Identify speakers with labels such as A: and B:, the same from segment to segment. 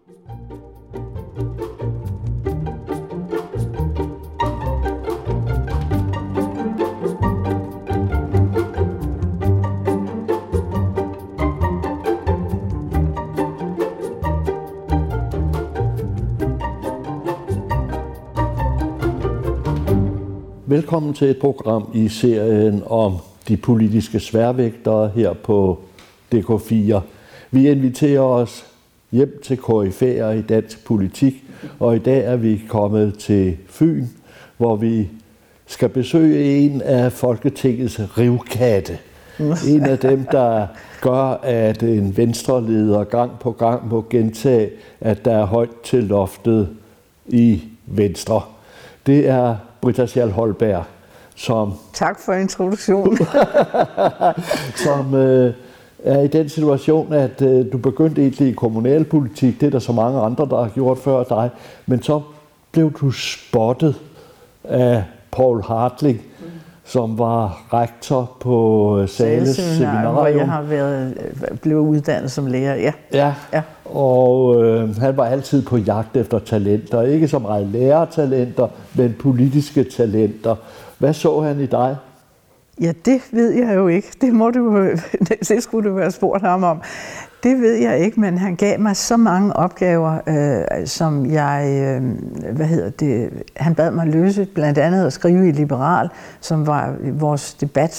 A: Velkommen til et program i serien om de politiske sværvægtere her på DK4. Vi inviterer os hjem til koryfæer i dansk politik, og i dag er vi kommet til Fyn, hvor vi skal besøge en af Folketingets rivkatte. En af dem, der gør, at en venstreleder gang på gang må gentage, at der er højt til loftet i Venstre. Det er Britta Schall Holberg, som...
B: Tak for introduktionen.
A: som er i den situation, at du begyndte egentlig i kommunalpolitik. Det er der så mange andre, der har gjort før dig. Men så blev du spottet af Poul Hartling, som var rektor på Zahles Seminarium.
B: Hvor jeg har blevet uddannet som lærer, ja.
A: Og han var altid på jagt efter talenter. Ikke så meget lærertalenter, men politiske talenter. Hvad så han i dig?
B: Ja, det ved jeg jo ikke. Det skulle du have spurgt ham om. Det ved jeg ikke, men han gav mig så mange opgaver, som jeg, han bad mig løse, blandt andet at skrive i Liberal, som var vores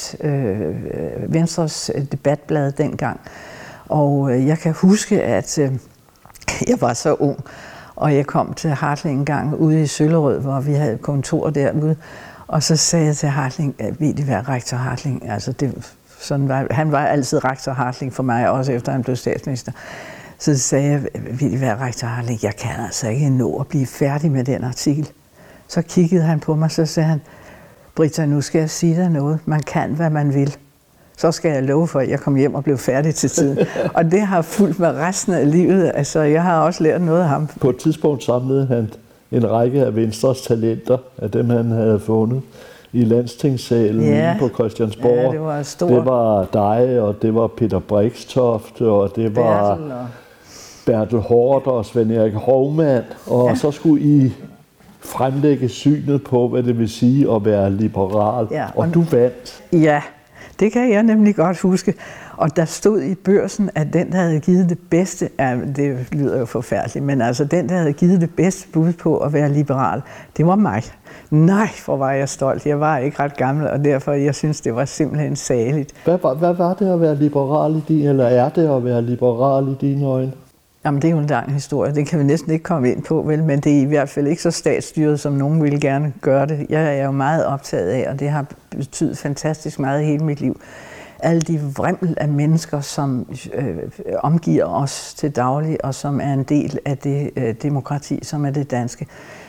B: Venstres debatblad dengang. Og jeg kan huske, at jeg var så ung, og jeg kom til Hartling en gang ude i Søllerød, hvor vi havde kontor derude, og så sagde jeg til Hartling, ved I hvad, rektor Hartling, altså han var altid rektor Hartling for mig, også efter han blev statsminister. Så sagde jeg, ved I hvad, rektor Hartling, jeg kan altså ikke nå at blive færdig med den artikel. Så kiggede han på mig, så sagde han, Britta, nu skal jeg sige dig noget, man kan, hvad man vil. Så skal jeg love for, at jeg kom hjem og blev færdig til tiden. Og det har fulgt mig resten af livet. Altså, jeg har også lært noget af ham.
A: På et tidspunkt samlede han en række af Venstres talenter, af dem han havde fundet i Landstingssalen på Christiansborg.
B: Ja, det var stort.
A: Det var dig, og det var Peter Brixtoft, og det var Bertel Haarder og Svend Erik Hovmand. Og så skulle I fremlægge synet på, hvad det vil sige at være liberal. Ja, og du vandt.
B: Ja. Det kan jeg nemlig godt huske. Og der stod i Børsen, at den, der havde givet det bedste, det lyder jo forfærdeligt, men altså den, der havde givet det bedste bud på at være liberal, det var mig. Nej, hvor var jeg stolt. Jeg var ikke ret gammel, og derfor jeg synes, det var simpelthen saligt.
A: Hvad var det at være liberal i dine, eller er det at være liberal i dine øjne?
B: Jamen, det er jo en lang historie. Det kan vi næsten ikke komme ind på, vel? Men det er i hvert fald ikke så statsstyret, som nogen ville gerne gøre det. Jeg er jo meget optaget af, og det har betydet fantastisk meget i hele mit liv. Alle de vrimmel af mennesker, som omgiver os til daglig, og som er en del af det demokrati, som er det danske.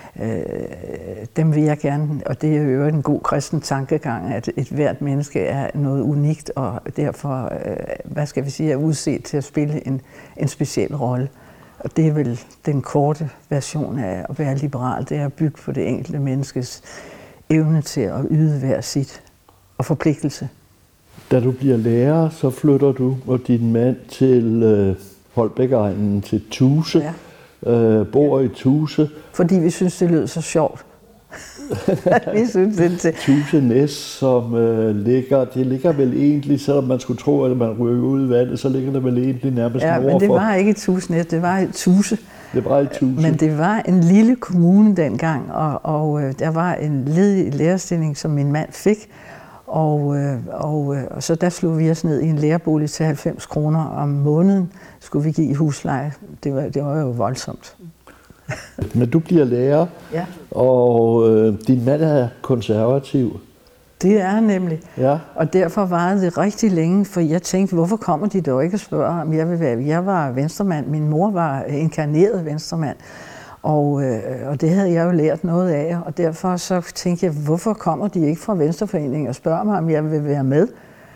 B: Dem vil jeg gerne, og det er jo en god kristen tankegang, at et hvert menneske er noget unikt, og derfor, er udset til at spille en speciel rolle. Og det er vel den korte version af at være liberal, det er at bygge på det enkelte menneskes evne til at yde hver sit og forpligtelse.
A: Da du bliver lærer, så flytter du og din mand til Holbæk-egnen, til Tuse. Ja. Bor i Tuse.
B: Fordi vi synes, det lød så sjovt. Vi synes det.
A: Tuse Næs, som ligger vel egentlig, selvom man skulle tro, at man rykker ud i vandet, så ligger det vel egentlig nærmest
B: nordfor. Ja, men det var ikke Tuse Næs, det var i Tuse.
A: Det var i Tuse.
B: Men det var en lille kommune dengang, og der var en ledig lærerstilling, som min mand fik. Og så der slog vi os ned i en lærerbolig til 90 kroner om måneden, skulle vi give i husleje. Det var jo voldsomt.
A: Men du bliver lærer, ja. Og din mand er konservativ.
B: Det er han nemlig.
A: Ja.
B: Og derfor varede det rigtig længe, for jeg tænkte, hvorfor kommer de dog ikke og spørger, om jeg vil være? Jeg var venstremand, min mor var inkarneret venstremand. Og det havde jeg jo lært noget af, og derfor så tænkte jeg, hvorfor kommer de ikke fra Venstreforeningen og spørger mig, om jeg vil være med?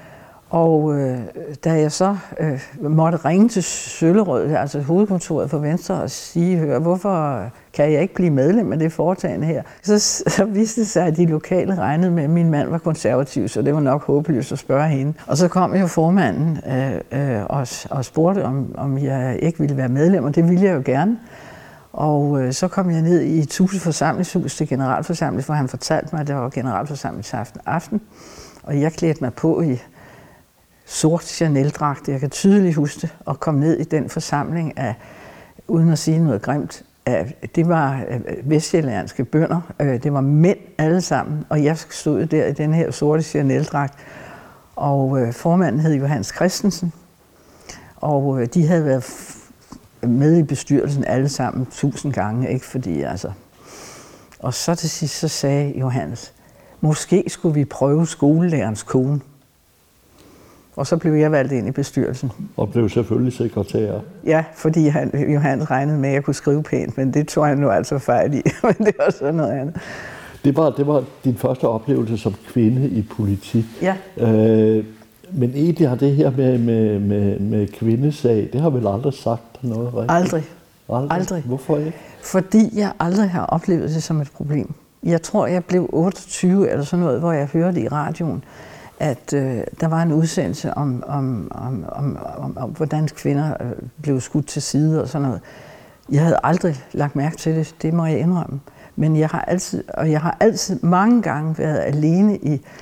B: Og da jeg så måtte ringe til Søllerød, altså hovedkontoret for Venstre, og sige, hør, hvorfor kan jeg ikke blive medlem af det foretagende her? Så viste det sig, at de lokale regnede med, at min mand var konservativ, så det var nok håbløst at spørge hende. Og så kom jo formanden og spurgte, om jeg ikke ville være medlem, og det ville jeg jo gerne. Og så kom jeg ned i Tuse forsamlingshus til generalforsamling, for han fortalte mig, at der var generalforsamlingsaften. Og jeg klædte mig på i sort Chanel-dragt. Jeg kan tydeligt huske det, og kom ned i den forsamling af, uden at sige noget grimt, det var vestsjællandske bønder. Det var mænd alle sammen, og jeg stod der i den her sorte Chanel-dragt. Og formanden hed Johannes Christensen, og de havde været med i bestyrelsen alle sammen 1000 gange, ikke fordi altså. Og så til sidst så sagde Johannes, måske skulle vi prøve skolelærerens kone. Og så blev jeg valgt ind i bestyrelsen. Og
A: blev selvfølgelig sekretær.
B: Ja, fordi Johannes regnede med, at jeg kunne skrive pænt, men det tog han nu altså fejl i. Men det var sådan noget andet.
A: Det var din første oplevelse som kvinde i politik.
B: Ja.
A: Men egentlig har det her med kvindesag, det har vel aldrig sagt noget rigtigt?
B: Aldrig.
A: Hvorfor ikke?
B: Fordi jeg aldrig har oplevet det som et problem. Jeg tror, jeg blev 28 eller sådan noget, hvor jeg hørte i radioen, at der var en udsendelse om hvordan kvinder blev skudt til side og sådan noget. Jeg havde aldrig lagt mærke til det, det må jeg indrømme. Men jeg har altid mange gange været alene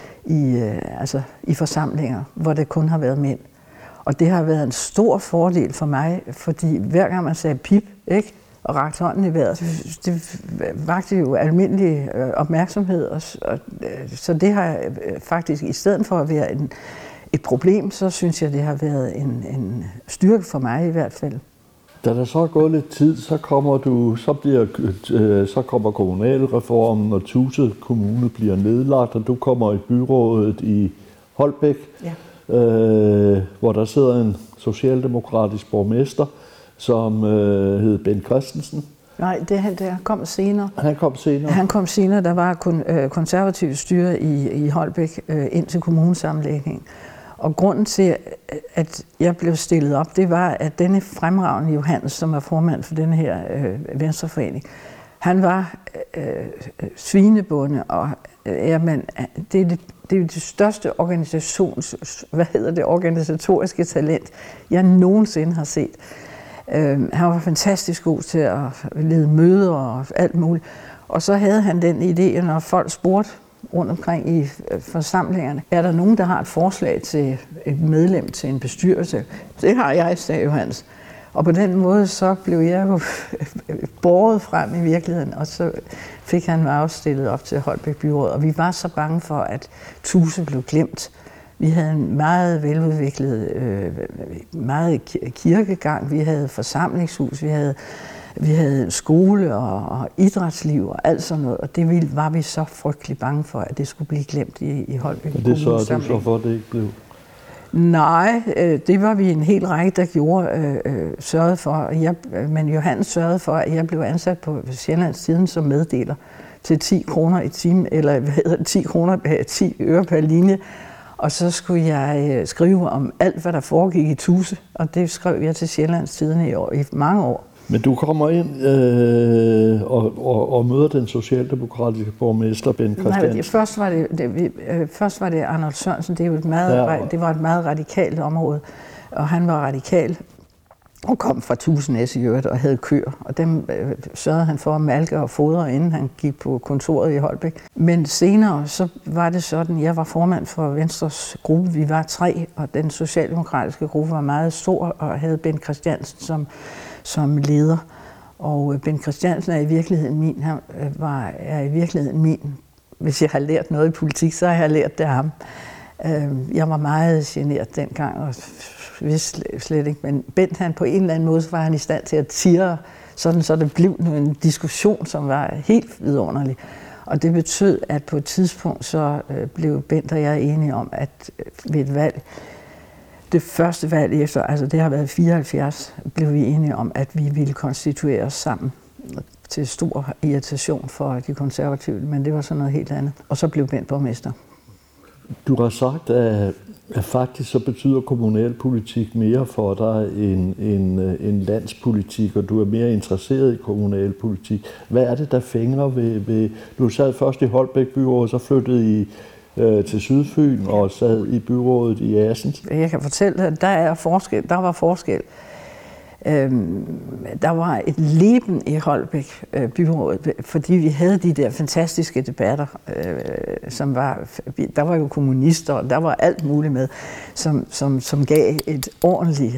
B: i forsamlinger, hvor det kun har været mænd. Og det har været en stor fordel for mig, fordi hver gang man sagde pip, ikke, og rakte hånden i vejret, det vakte jo almindelig opmærksomhed. Så det har faktisk, i stedet for at være et problem, så synes jeg, det har været en styrke for mig i hvert fald.
A: Da der så er gået lidt tid, så kommer kommunalreformen, og Tuse Kommune bliver nedlagt, og du kommer i byrådet i Holbæk, ja. Hvor der sidder en socialdemokratisk borgmester, som hed Bent Christensen.
B: Nej, det kom senere.
A: Han kom senere.
B: Der var konservativt styre i Holbæk indtil kommunesammenlægningen. Og grunden til, at jeg blev stillet op, det var, at denne fremragende Johannes, som var formand for denne her venstreforening, han var svinebonde, og jamen, det er det største organisatoriske talent, jeg nogensinde har set. Han var fantastisk god til at lede møder og alt muligt. Og så havde han den idé, når folk spurgte rundt omkring i forsamlingerne, er der nogen, der har et forslag til et medlem til en bestyrelse? Det har jeg, sagde Johannes. Og på den måde så blev jeg jo båret frem i virkeligheden, og så fik han mig også stillet op til Holbæk Byråd. Og vi var så bange for, at Tuse blev glemt. Vi havde en meget veludviklet, meget kirkegang, vi havde forsamlingshus, vi havde skole og idrætsliv og alt sådan noget, og det var vi så frygtelig bange for, at det skulle blive glemt i Holbæk.
A: Og det sørgede du så for, at det ikke blev?
B: Nej, det var vi en hel række, der sørgede for. Men Johannes sørgede for, at jeg blev ansat på Sjællands Tidende som meddeler til 10 kroner i timen, eller 10 øre per linje. Og så skulle jeg skrive om alt, hvad der foregik i Tuse, og det skrev jeg til Sjællands Tidende i mange år.
A: Men du kommer ind og møder den socialdemokratiske borgmester, Bent Christensen.
B: Nej, først var det Arnold Sørensen. Det var et meget radikalt område, og han var radikal og kom fra Tusenæs i øvrigt og havde køer, og dem sørgede han for at malke og fodre, inden han gik på kontoret i Holbæk. Men senere så var det sådan, jeg var formand for Venstres gruppe, vi var 3, og den socialdemokratiske gruppe var meget stor og havde Bent Christensen som leder. Og Bent Christensen er i virkeligheden min, hvis jeg har lært noget i politik, så har jeg lært det af ham. Jeg var meget genert dengang, og vidste slet ikke, men Bent, han på en eller anden måde, så var han i stand til at tirre, sådan så det blev en diskussion, som var helt vidunderlig. Og det betød, at på et tidspunkt, så blev Bent og jeg enige om, at ved et valg, det første valg efter, altså det har været 74, blev vi enige om, at vi ville konstituere os sammen til stor irritation for de konservative, men det var sådan noget helt andet. Og så blev Bent borgmester.
A: Du har sagt, Ja, faktisk så betyder kommunalpolitik mere for dig end landspolitik, og du er mere interesseret i kommunalpolitik. Hvad er det, der fænger ved du sad først i Holbæk byrådet, så flyttede I til Sydfyn og sad i byrådet i Assens?
B: Jeg kan fortælle, at der var forskel. Der var et leben i Holbæk byrådet, fordi vi havde de der fantastiske debatter, der var jo kommunister, og der var alt muligt med, som gav et ordentligt,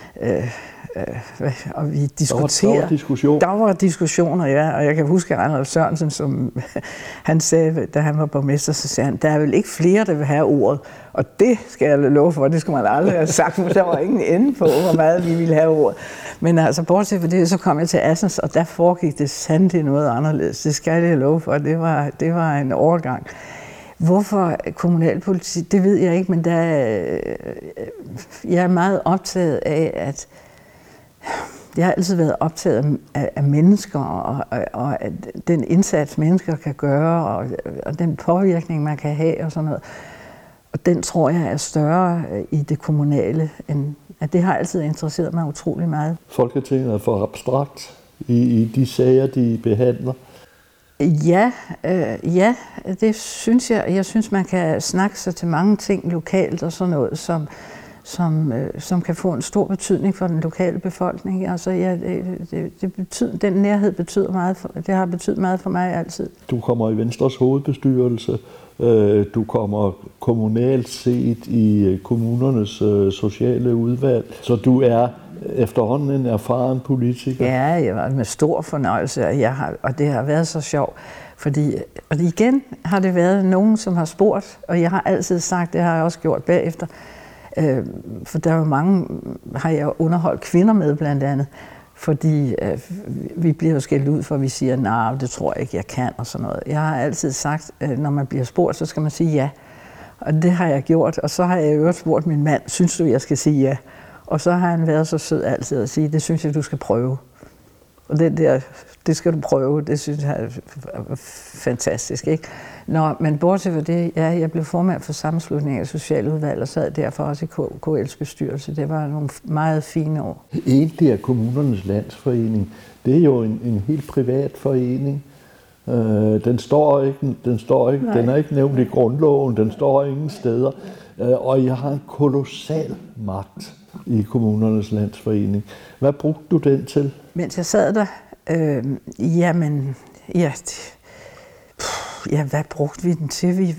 B: og vi diskuterede. Der var diskussioner, ja, og jeg kan huske Randolph Sørensen, som han sagde, da han var borgmester, så sagde han, der er vel ikke flere, der vil have ordet, og det skal jeg love for, det skulle man aldrig have sagt, for der var ingen ende på, hvor meget vi ville have ordet. Men altså, bortset fra det, så kom jeg til Assens, og der foregik det sandelig noget anderledes. Det skal jeg love for, det var en overgang. Hvorfor kommunalpolitik, det ved jeg ikke, men jeg er meget optaget af, at jeg har altid været optaget af mennesker, og den indsats, mennesker kan gøre, og den påvirkning, man kan have og sådan noget. Og den tror jeg er større i det kommunale, end at det har altid interesseret mig utrolig meget.
A: Folketinget er for abstrakt i de sager, de behandler?
B: Ja, det synes jeg. Jeg synes, man kan snakke sig til mange ting lokalt og sådan noget, som kan få en stor betydning for den lokale befolkning. Altså, den nærhed betyder meget. Det har betydet meget for mig altid.
A: Du kommer i Venstres hovedbestyrelse. Du kommer kommunalt set i kommunernes sociale udvalg. Så du er efterhånden en erfaren politiker.
B: Ja, jeg var med stor fornøjelse, og det har været så sjovt. Og igen har det været nogen, som har spurgt, og jeg har altid sagt, det har jeg også gjort bagefter, for der er jo mange, har jeg underholdt kvinder med blandt andet, fordi vi bliver jo skældt ud for, at vi siger, nej, det tror jeg ikke, jeg kan, og sådan noget. Jeg har altid sagt, når man bliver spurgt, så skal man sige ja. Og det har jeg gjort, og så har jeg jo spurgt min mand, synes du, jeg skal sige ja? Og så har han været så sød altid at sige, det synes jeg, du skal prøve. Og det skal du prøve, det synes jeg er fantastisk, ikke? Men bortset fra det, ja, jeg blev formand for sammenslutningen af socialudvalg og sad derfor også i KL's bestyrelse. Det var nogle meget fine år.
A: Egentlig er Kommunernes Landsforening, det er jo en helt privat forening. Den står ikke, den er ikke nævnt i grundloven, den står ingen steder. Og jeg har en kolossal magt i Kommunernes Landsforening. Hvad brugte du den til?
B: Mens jeg sad der, hvad brugte vi den til?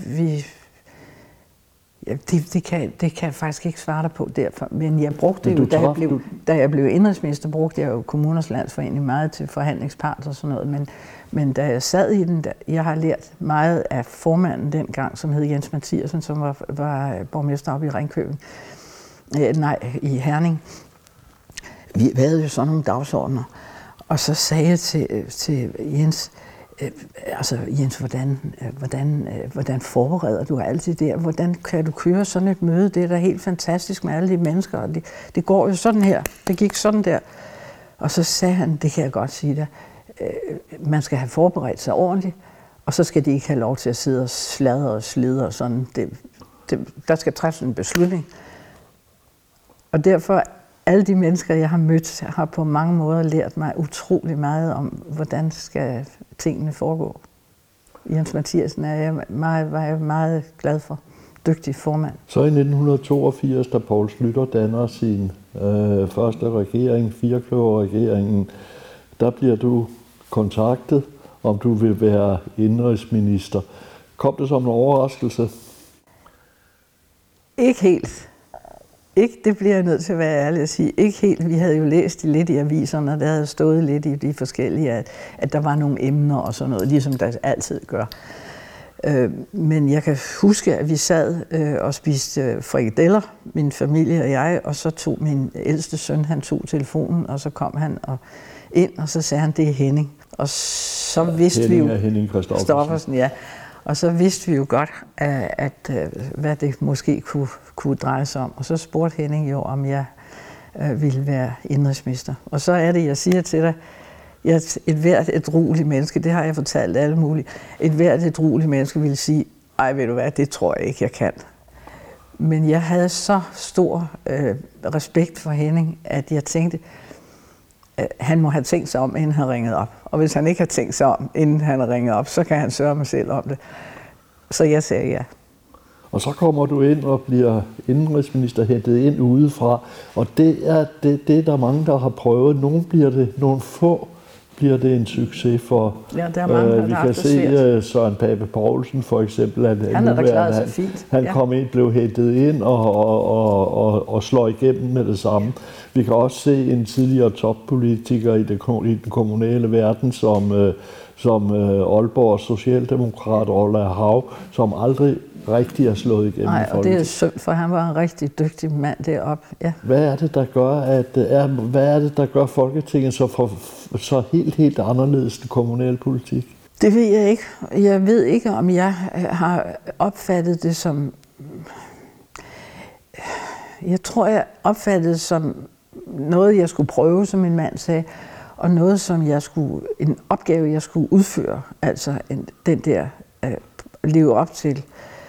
B: Det kan jeg faktisk ikke svare dig på derfor. Men jeg brugte det jo, da jeg blev indenrigsminister, brugte jeg jo Kommunernes Landsforening meget til forhandlingspart og sådan noget. Men da jeg sad i den, jeg har lært meget af formanden dengang, som hed Jens Mathiasen, som var borgmester oppe i Ringkøbing. I Herning. Vi havde jo sådan nogle dagsordner. Og så sagde jeg til Jens, Jens, hvordan forbereder du altid der? Hvordan kan du køre sådan et møde? Det er da helt fantastisk med alle de mennesker. Og det går jo sådan her. Det gik sådan der. Og så sagde han, det kan jeg godt sige dig, man skal have forberedt sig ordentligt, og så skal de ikke have lov til at sidde og sladre og slide og sådan. Der skal træffes en beslutning. Og derfor, alle de mennesker, jeg har mødt, har på mange måder lært mig utrolig meget om, hvordan skal tingene foregå. Jens Mathiasen var jeg meget glad for. Dygtig formand.
A: Så i 1982, da Poul Schlüter danner sin første regering, firekløverregeringen, der bliver du kontaktet, om du vil være indenrigsminister. Kom det som en overraskelse?
B: Ikke helt. Det bliver jeg nødt til at være ærlig at sige. Ikke helt. Vi havde jo læst lidt i aviserne, og der havde stået lidt i de forskellige, at der var nogle emner og sådan noget, ligesom der altid gør. Men jeg kan huske, at vi sad og spiste frikadeller, min familie og jeg, og så tog min ældste søn, han tog telefonen, og så kom han ind, og så sagde han, det er Henning. Og så vidste vi jo...
A: Henning Christoffersen.
B: Ja. Og så vidste vi jo godt, at hvad det måske kunne dreje sig om. Og så spurgte Henning jo, om jeg ville være indenrigsminister. Og så er det, jeg siger til dig, et hvert ædrueligt menneske, det har jeg fortalt alle mulige, et hvert ædrueligt menneske ville sige, ej, ved du hvad, det tror jeg ikke, jeg kan. Men jeg havde så stor respekt for Henning, at jeg tænkte, han må have tænkt sig om, inden han ringede op. Og hvis han ikke har tænkt sig om, inden han ringede op, så kan han sørge mig selv om det. Så jeg sagde ja.
A: Og så kommer du ind og bliver indenrigsminister hentet ind udefra. Og det er der mange, der har prøvet. Nogle få bliver det en succes for.
B: Ja, der er mange, der
A: vi
B: har
A: kan
B: haft det svært.
A: se Søren Pape Poulsen for eksempel.
B: Han har da klaret sig fint.
A: Han kom ind, blev hentet ind og slår igennem med det samme. Vi kan også se en tidligere toppolitiker i den kommunale verden, som Aalborgs socialdemokrat Ola Hav, som aldrig rigtig er slået igennem.
B: Nej, og det er synd, for han var en rigtig dygtig mand deroppe. Ja.
A: Hvad er det, der gør Folketinget så helt anderledes den kommunale politik?
B: Det ved jeg ikke. Jeg ved ikke, om jeg har opfattet det som... Jeg tror, jeg opfattede det som noget, jeg skulle prøve, som min mand sagde, og noget, som en opgave, jeg skulle udføre. Altså den der leve op til.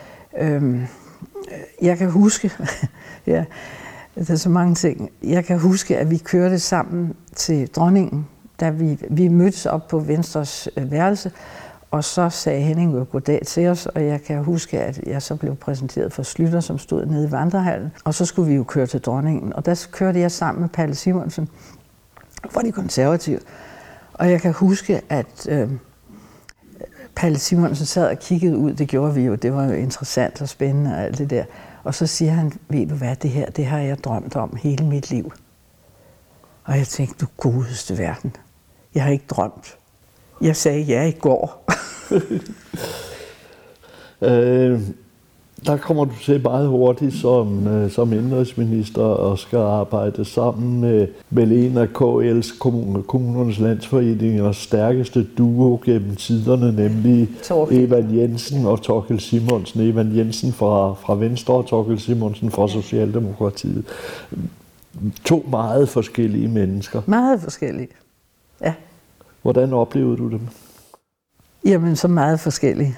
B: Jeg kan huske, ja, der er så mange ting. Jeg kan huske, at vi kørte sammen til dronningen, da vi mødtes op på Venstres værelse, og så sagde Henning jo goddag til os, og jeg kan huske, at jeg så blev præsenteret for Schlüter, som stod nede i vandrehallen, og så skulle vi jo køre til dronningen, og der kørte jeg sammen med Palle Simonsen fra De Konservative, og jeg kan huske, at Palle Simonsen sad og kiggede ud, det gjorde vi jo, det var jo interessant og spændende og alt det der, og så siger han, ved du hvad, det har jeg drømt om hele mit liv. Og jeg tænkte, du godeste verden, jeg har ikke drømt. Jeg sagde ja i går.
A: Der kommer du til meget hurtigt som indenrigsminister og skal arbejde sammen med en af KL's, Kommunernes Landsforeningers stærkeste duo gennem tiderne, nemlig Evan Jensen og Thorkild Simonsen. Evan Jensen fra Venstre og Thorkild Simonsen fra Socialdemokratiet. To meget forskellige mennesker.
B: Meget forskellige, ja.
A: Hvordan oplevede du dem?
B: Jamen, så meget forskellige.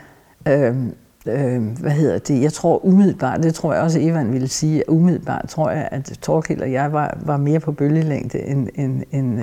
B: Jeg tror umiddelbart, det tror jeg også Evan ville sige, umiddelbart tror jeg, at Thorkild og jeg var mere på bølgelængde end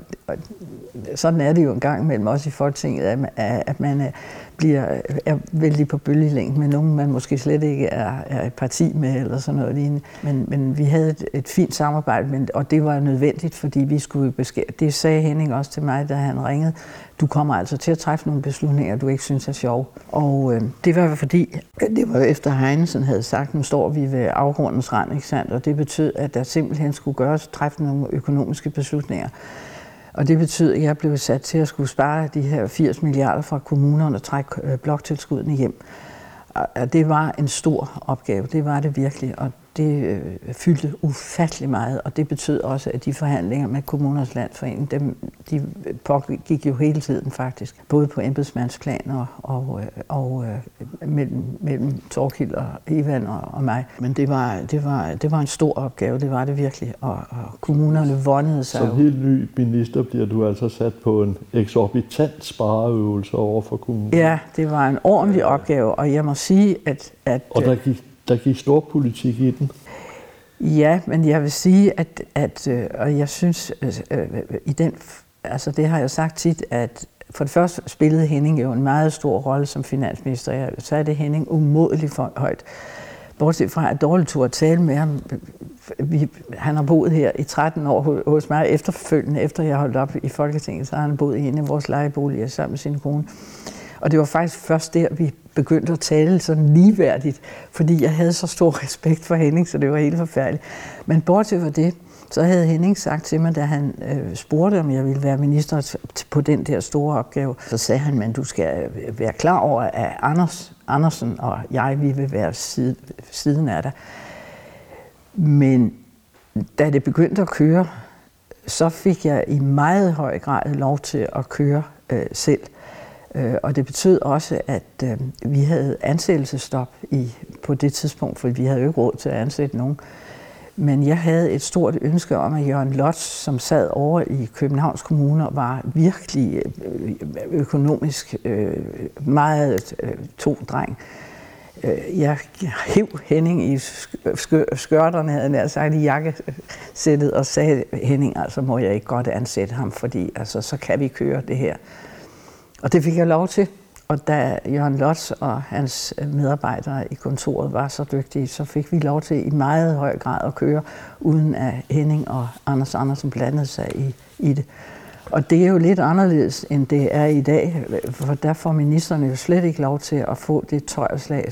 B: sådan er det jo en gang mellem os i Folketinget, at man er vældig på bølgelængde med nogen, man måske slet ikke er et parti med eller sådan noget lignende. Men vi havde et fint samarbejde, og det var nødvendigt, fordi vi skulle det sagde Henning også til mig, da han ringede. Du kommer altså til at træffe nogle beslutninger, du ikke synes er sjove. Og det var fordi, det var efter Heinesen havde sagt, nu står vi ved afgrundens rand, ikke sandt? Og det betød, at der simpelthen skulle træffe nogle økonomiske beslutninger. Og det betød, at jeg blev sat til at skulle spare de her 80 milliarder fra kommunerne og trække bloktilskuddene hjem. Og det var en stor opgave, det var det virkelig, og det fyldte ufattelig meget, og det betød også, at de forhandlinger med Kommunernes Landsforening, de pågik jo hele tiden faktisk, både på embedsmandsplan og mellem Thorkild og Evan og mig. Men det var en stor opgave, det var det virkelig, og kommunerne vondede sig.
A: Som helt ny minister bliver du altså sat på en eksorbitant spareøvelse over for kommunen.
B: Ja, det var en ordentlig opgave, og jeg må sige, at
A: og der gik stor politik i den.
B: Ja, men jeg vil sige, og jeg synes, i den, altså det har jeg sagt tit, at for det første spillede Henning jo en meget stor rolle som finansminister. Så er det Henning umådeligt højt. Bortset fra, at dårligt turde tale med ham. Han har boet her i 13 år hos mig efterfølgende, efter jeg holdt op i Folketinget, så har han boet i en af vores lejeboliger sammen med sin kone. Og det var faktisk først der, vi begyndte at tale sådan ligeværdigt, fordi jeg havde så stor respekt for Henning, så det var helt forfærdeligt. Men bortset fra det, så havde Henning sagt til mig, da han spurgte, om jeg ville være minister på den der store opgave, så sagde han, men du skal være klar over, at Andersen og jeg, vi vil være siden af dig. Men da det begyndte at køre, så fik jeg i meget høj grad lov til at køre selv. Og det betød også, at vi havde ansættelsesstop på det tidspunkt, for vi havde jo ikke råd til at ansætte nogen. Men jeg havde et stort ønske om, at Jørgen Lotz, som sad over i Københavns Kommune, var virkelig økonomisk meget tung dreng. Jeg hev Henning i skørterne, havde jeg nær sagt, i jakkesættet, og sagde, Henning, altså må jeg ikke godt ansætte ham, fordi altså, så kan vi køre det her. Og det fik jeg lov til. Og da Jørgen Lotz og hans medarbejdere i kontoret var så dygtige, så fik vi lov til i meget høj grad at køre, uden at Henning og Anders Andersen blandede sig i det. Og det er jo lidt anderledes, end det er i dag, for der får ministerne jo slet ikke lov til at få det tøjslag,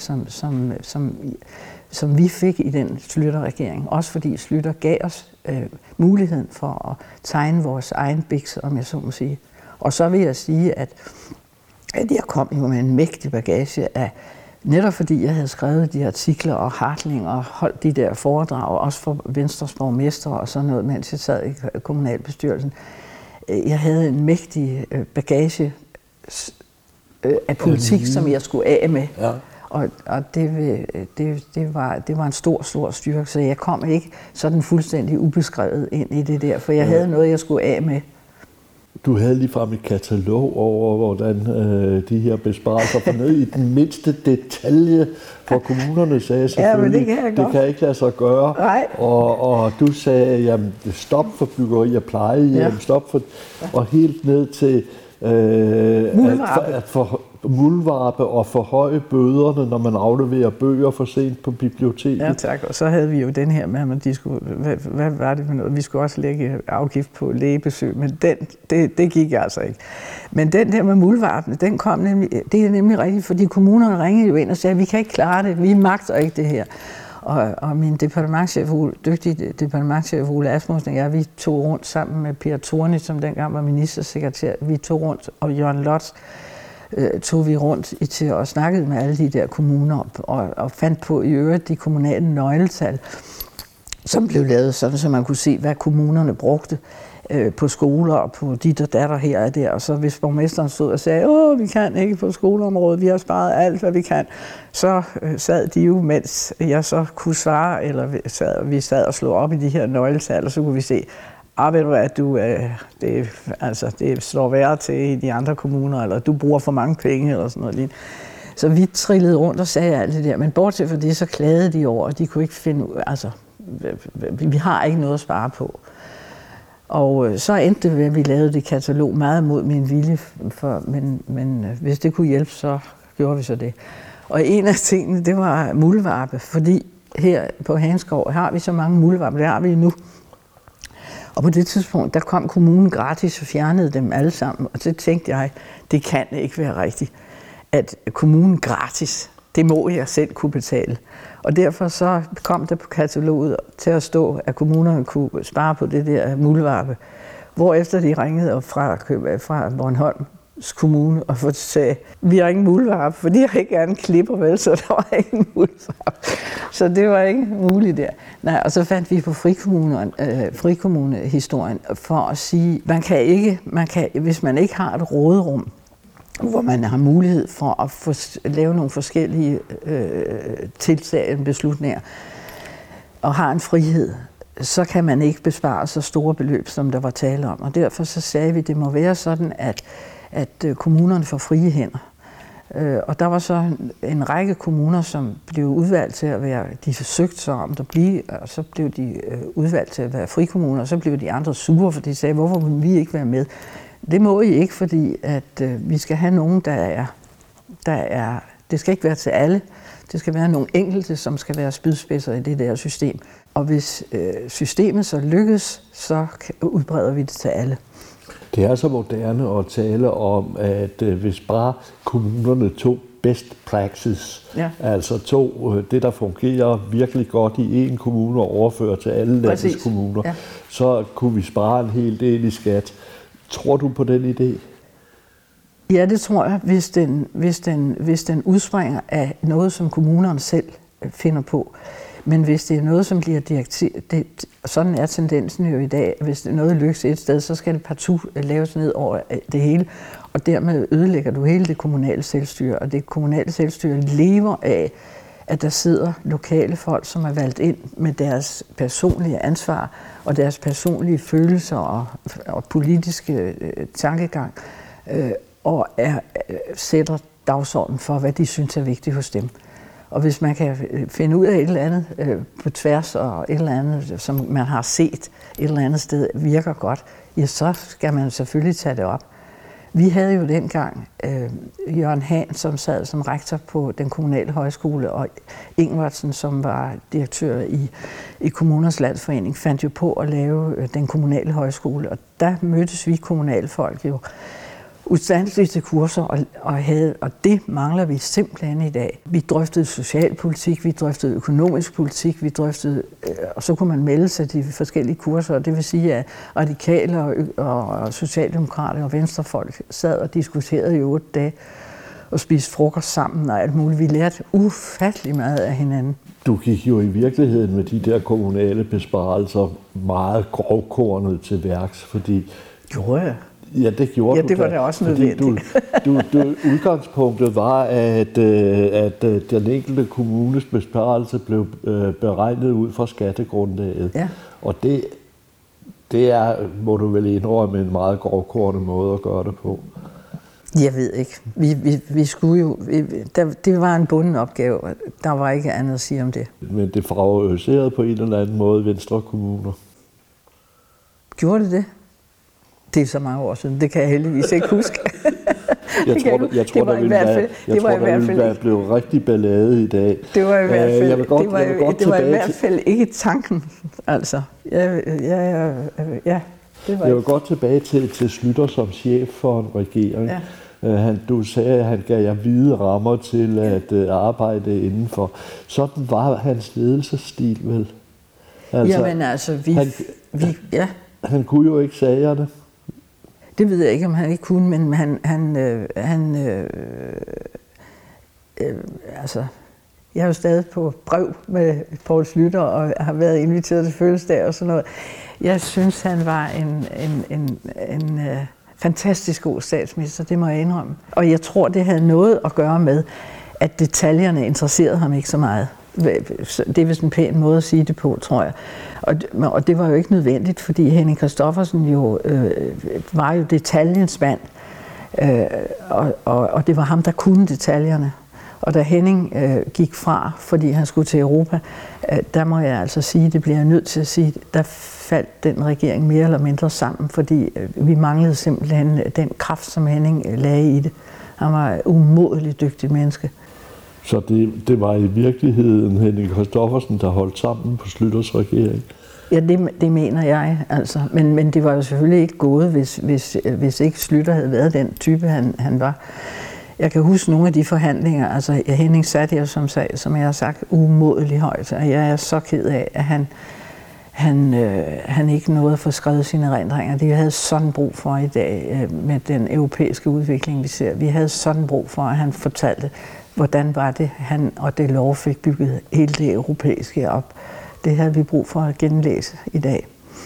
B: som vi fik i den Schlüter-regering. Også fordi Schlüter gav os muligheden for at tegne vores egen biks, om jeg så må sige. Og så vil jeg sige, at jeg kom jo med en mægtig bagage af, netop fordi jeg havde skrevet de artikler og Hartling og holdt de der foredrag, også for Venstres borgmester og sådan noget, mens jeg sad i kommunalbestyrelsen. Jeg havde en mægtig bagage af politik, som jeg skulle af med. Ja. Og det var en stor styrke, så jeg kom ikke sådan fuldstændig ubeskrevet ind i det der, for jeg havde noget, jeg skulle af med.
A: Du havde ligefrem et katalog over, hvordan de her besparelser var ned i den mindste detalje, for kommunerne sagde selvfølgelig, det kan ikke lade sig gøre. Og du sagde, jamen, stop for byggeri og plejehjem, stop for, og helt ned til muldvarpe og forhøje bøderne, når man afleverer bøger for sent på biblioteket.
B: Ja tak, og så havde vi jo den her med, at de skulle, hvad var det for noget? Vi skulle også lægge afgift på lægebesøg, men det gik altså ikke. Men den der med muldvarpene, den kom nemlig, det er nemlig rigtigt, fordi kommunerne ringede jo ind og sagde, vi kan ikke klare det, vi magter ikke det her. Og min dygtige departementschef Ole Asmussen og jeg, vi tog rundt sammen med Per Thorny, som dengang var ministersekretær, vi tog rundt, og Jørgen Lotz tog vi rundt til at snakke med alle de der kommuner og fandt på i øvrigt de kommunale nøgletal, som blev lavet sådan, så man kunne se, hvad kommunerne brugte på skoler og på dit og datter her og der. Og så hvis borgmesteren stod og sagde, vi kan ikke på skoleområdet, vi har sparet alt, hvad vi kan, så sad de jo, mens jeg så kunne svare, eller vi sad og slog op i de her nøgletal, og så kunne vi se, ved du hvad, det slår værre til i de andre kommuner, eller du bruger for mange penge, eller sådan noget lignende. Så vi trillede rundt og sagde alt det der, men bortset fra det, så klagede de over, at de kunne ikke finde ud, vi har ikke noget at spare på. Og så endte det ved, at vi lavede det katalog meget mod min vilje, men hvis det kunne hjælpe, så gjorde vi så det. Og en af tingene, det var muldvarpe, fordi her på Hanskov har vi så mange muldvarpe, det har vi nu. Og på det tidspunkt, der kom kommunen gratis og fjernede dem alle sammen, og så tænkte jeg, det kan ikke være rigtigt, at kommunen gratis, det må jeg selv kunne betale. Og derfor så kom der på kataloget til at stå, at kommunerne kunne spare på det der muldvarpe. Hvorefter de ringede fra Bornholms kommune og sagde, vi har ingen muldvarpe, for de har ikke en klipper, vel, så der var ingen muldvarpe. Så det var ikke muligt der. Nej, og så fandt vi på frikommunehistorien for at sige, hvis man ikke har et råderum, hvor man har mulighed for at lave nogle forskellige tiltag og beslutninger, og har en frihed, så kan man ikke bespare så store beløb, som der var tale om. Og derfor så sagde vi, at det må være sådan, at kommunerne får frie hænder. Og der var så en række kommuner, som blev udvalgt til at være, de forsøgte så om at blive, og så blev de udvalgt til at være frikommuner, og så blev de andre sure, for de sagde, hvorfor vil vi ikke være med? Det må I ikke, fordi at vi skal have nogen, der er, det skal ikke være til alle, det skal være nogle enkelte, som skal være spydspidser i det der system. Og hvis systemet så lykkes, så udbreder vi det til alle.
A: Det er så moderne at tale om, at hvis bare kommunerne tog best practice, altså tog det, der fungerer virkelig godt i en kommune og overfører til alle landets kommuner, så kunne vi spare en hel del i skat. Tror du på den idé?
B: Ja, det tror jeg, hvis den udspringer af noget, som kommunerne selv finder på. Men hvis det er noget, som bliver direkteret, sådan er tendensen jo i dag, hvis det er noget lykkes et sted, så skal det partout laves ned over det hele, og dermed ødelægger du hele det kommunale selvstyre. Og det kommunale selvstyre lever af, at der sidder lokale folk, som er valgt ind med deres personlige ansvar og deres personlige følelser og politiske tankegang, og sætter dagsordenen for, hvad de synes er vigtigt hos dem. Og hvis man kan finde ud af et eller andet på tværs, og et eller andet, som man har set et eller andet sted, virker godt, ja, så skal man selvfølgelig tage det op. Vi havde jo dengang Jørgen Hahn, som sad som rektor på den kommunale højskole, og Ingvartsen, som var direktør i Kommunernes Landsforening, fandt jo på at lave den kommunale højskole. Og der mødtes vi kommunalfolk jo ustandsligt til kurser, og det mangler vi simpelthen i dag. Vi drøftede socialpolitik, vi drøftede økonomisk politik, vi drøftede, og så kunne man melde sig til de forskellige kurser, og det vil sige, at radikale og socialdemokrater og venstrefolk sad og diskuterede i 8 dage og spiste frokost sammen og alt muligt. Vi lærte ufattelig meget af hinanden.
A: Du gik jo i virkeligheden med de der kommunale besparelser meget grovkornet til værks, fordi...
B: Gjorde jeg?
A: Ja, det gjorde
B: du. Ja, det var da også nødvendigt.
A: Udgangspunktet var, at den enkelte kommunes besparelse blev beregnet ud fra skattegrundlaget. Ja. Og det er, må du vel indrømme, en meget grovkornet måde at gøre det på.
B: Jeg ved ikke. Vi skulle jo... Det var en bunden opgave. Der var ikke andet at sige om det.
A: Men det favoriserede på en eller anden måde Venstre kommuner.
B: Gjorde det det? Det er så mange år siden. Det kan jeg heldigvis ikke huske.
A: Jeg tror, der ville være blevet rigtig ballade i dag.
B: Det var i hvert fald, det var i hvert fald ikke tanken. Altså,
A: jeg vil godt tilbage til Schlüter som chef for en regering. Ja. Du sagde, at han gav jer vide rammer til at arbejde indenfor. Sådan var hans ledelsesstil vel?
B: Altså, jamen altså,
A: han kunne jo ikke sagerne.
B: Det ved jeg ikke, om han ikke kunne, men altså, jeg er jo stadig på brev med Poul Schlüter og har været inviteret til fødselsdag og sådan noget. Jeg synes, han var en fantastisk god statsminister, det må jeg indrømme. Og jeg tror, det havde noget at gøre med, at detaljerne interesserede ham ikke så meget. Det er vist en pæn måde at sige det på, tror jeg. Og det var jo ikke nødvendigt, fordi Henning Christoffersen jo var jo detaljens mand. Og det var ham, der kunne detaljerne. Og da Henning gik fra, fordi han skulle til Europa, der må jeg altså sige, det bliver jeg nødt til at sige, der faldt den regering mere eller mindre sammen, fordi vi manglede simpelthen den kraft, som Henning lagde i det. Han var et umådeligt dygtig menneske.
A: Så det var i virkeligheden Henning Christoffersen, der holdt sammen på Schlüters regering?
B: Ja, det mener jeg. Altså. Men det var jo selvfølgelig ikke gået, hvis ikke Schlüter havde været den type, han var. Jeg kan huske nogle af de forhandlinger. Altså, Henning satte jeg, som jeg har sagt, umådeligt højt. Og jeg er så ked af, at han ikke nåede at få skrevet sine erindringer. Det vi havde sådan brug for i dag med den europæiske udvikling, vi ser. Vi havde sådan brug for, at han fortalte, hvordan var det, han og Delors fik bygget hele det europæiske op. Det havde vi brug for at genlæse i dag.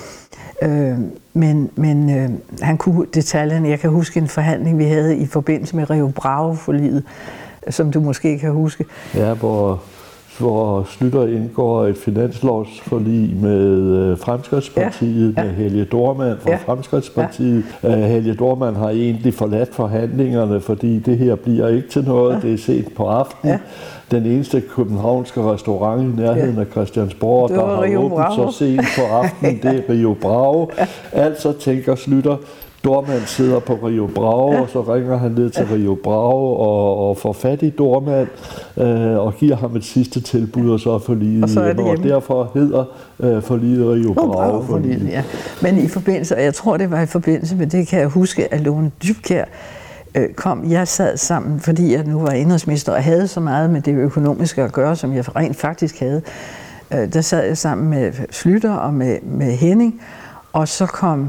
B: Men han kunne detaljerne. Jeg kan huske en forhandling, vi havde i forbindelse med Rio Bravo-forliget, som du måske kan huske.
A: Ja, hvor Schlüter indgår et finanslovsforlig med Fremskridtspartiet, med Helge Dohrmann fra Fremskridtspartiet. Helge Dohrmann har egentlig forladt forhandlingerne, fordi det her bliver ikke til noget. Det er sent på aftenen. Ja. Den eneste københavnske restaurant i nærheden af Christiansborg, der har åbent så sent på aftenen, det er Rio Bravo. Altså tænker Schlüter, Dohrmann sidder på Rio Bravo, og så ringer han ned til Rio Bravo og får fat i Dohrmann og giver ham et sidste tilbud, og så er forliget hjemme. Og derfor hedder forliget Rio Bravo-forliget.
B: Ja. Men i forbindelse, og jeg tror, det var i forbindelse med det, kan jeg huske, at Lone Dybkjær kom. Jeg sad sammen, fordi jeg nu var indenrigsminister og havde så meget med det økonomiske at gøre, som jeg rent faktisk havde. Der sad jeg sammen med Schlüter og med Henning, og så kom,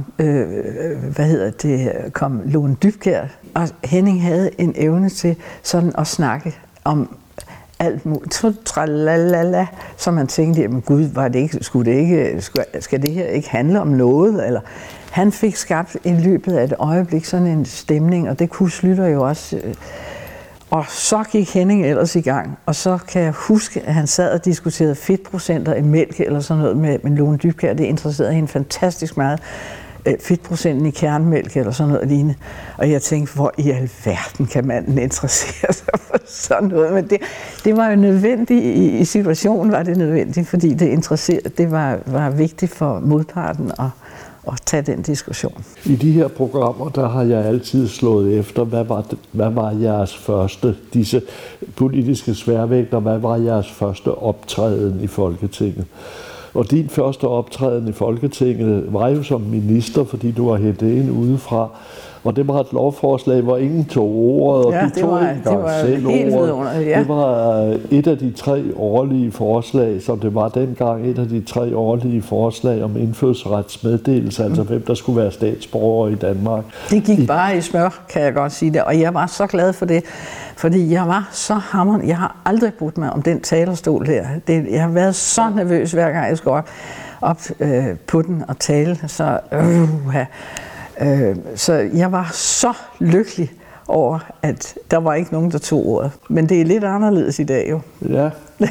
B: kom Lone Dybkjær, og Henning havde en evne til sådan at snakke om alt muligt, så man tænkte, jamen gud, skal det her ikke handle om noget? Eller han fik skabt i løbet af et øjeblik sådan en stemning, og det kunne Schlüter jo også. Og så gik Henning ellers i gang, og så kan jeg huske, at han sad og diskuterede fedtprocenter i mælk eller sådan noget med Lone Dybkjær. Det interesserede hende fantastisk meget. fedtprocenten i kernemælk eller sådan noget lignende. Og jeg tænkte, hvor i alverden kan manden interessere sig for sådan noget? Men det var jo nødvendigt, i situationen var det nødvendigt, fordi det var vigtigt for modparten at tage den diskussion.
A: I de her programmer, der har jeg altid slået efter, hvad var jeres første, disse politiske sværvægter, hvad var jeres første optræden i Folketinget? Og din første optræden i Folketinget var jo som minister, fordi du var hentet ind udefra. Og det var et lovforslag, hvor ingen tog ordet, og du tog ikke engang selv ordet. Ja. Det var et af de 3 årlige forslag, som det var dengang, et af de 3 årlige forslag om indfødsretsmeddelelse, altså hvem der skulle være statsborger i Danmark.
B: Det gik bare i smør, kan jeg godt sige det, og jeg var så glad for det, fordi jeg var så hamrende. Jeg har aldrig brudt mig om den talerstol der. Jeg har været så nervøs, hver gang jeg skulle op på den og tale, så jeg var så lykkelig over, at der var ikke nogen, der tog ordet. Men det er lidt anderledes i dag jo. Ja.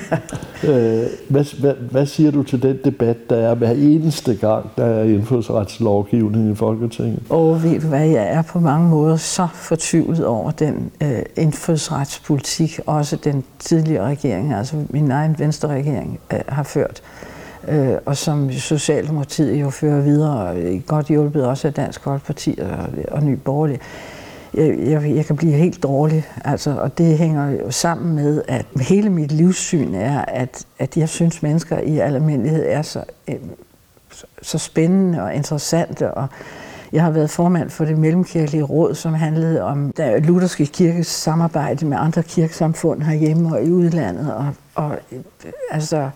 A: Hvad siger du til den debat, der er hver eneste gang, der er indfødsretslovgivning i Folketinget?
B: Ved du hvad, jeg er på mange måder så fortvivlet over den indfødsretspolitik, også den tidligere regering, altså min egen Venstre-regering, har ført. Og som Socialdemokratiet jo fører videre, godt hjulpet også af Dansk Folkeparti og Nye Borgerlige. Jeg kan blive helt dårlig, altså, og det hænger jo sammen med, at hele mit livssyn er, at jeg synes, mennesker i almindelighed er så spændende og interessante, og jeg har været formand for det mellemkirkelige råd, som handlede om den lutherske kirkes samarbejde med andre kirkesamfund herhjemme og i udlandet, og altså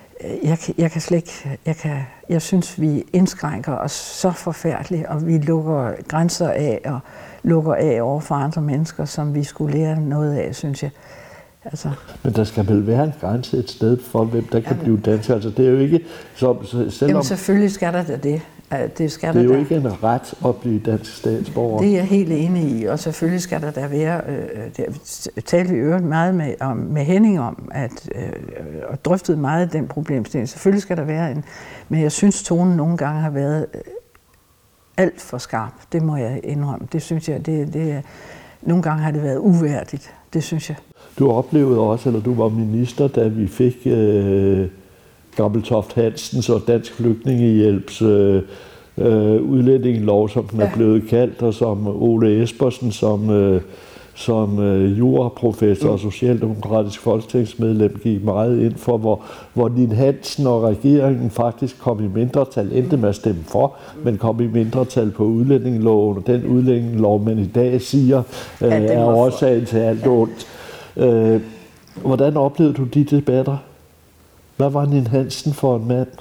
B: jeg synes, vi indskrænker os så forfærdeligt, og vi lukker grænser af og lukker af over for andre mennesker, som vi skulle lære noget af, synes jeg. Altså.
A: Men der skal vel være en grænse et sted for, hvem der kan blive dansker. Altså, det er jo ikke selvom.
B: Jamen selvfølgelig skal der da det.
A: Det er jo ikke en ret at blive dansk statsborger.
B: Det er jeg helt enig i, og selvfølgelig skal der da være, talte vi øvrigt meget med Henning om, og drøftede meget den problemstilling. Selvfølgelig skal der være men jeg synes, tonen nogle gange har været alt for skarp. Det må jeg indrømme. Det synes jeg, nogle gange har det været uværdigt. Det synes jeg.
A: Du oplevede også, eller du var minister, da vi fik Gammeltoft Hansens og Dansk Flygtningehjælps udlændingelov, som den er blevet kaldt, og som Ole Espersen som juraprofessor og socialdemokratisk folketingsmedlem gik meget ind for, hvor Ninn Hansen og regeringen faktisk kom i mindretal, endte med at stemme for, men kom i mindretal på udlændingeloven, og den udlændingelov, man i dag siger, er årsagen til alt ondt. Hvordan oplevede du de debatter? Hvad var Ninn Hansen for en mand?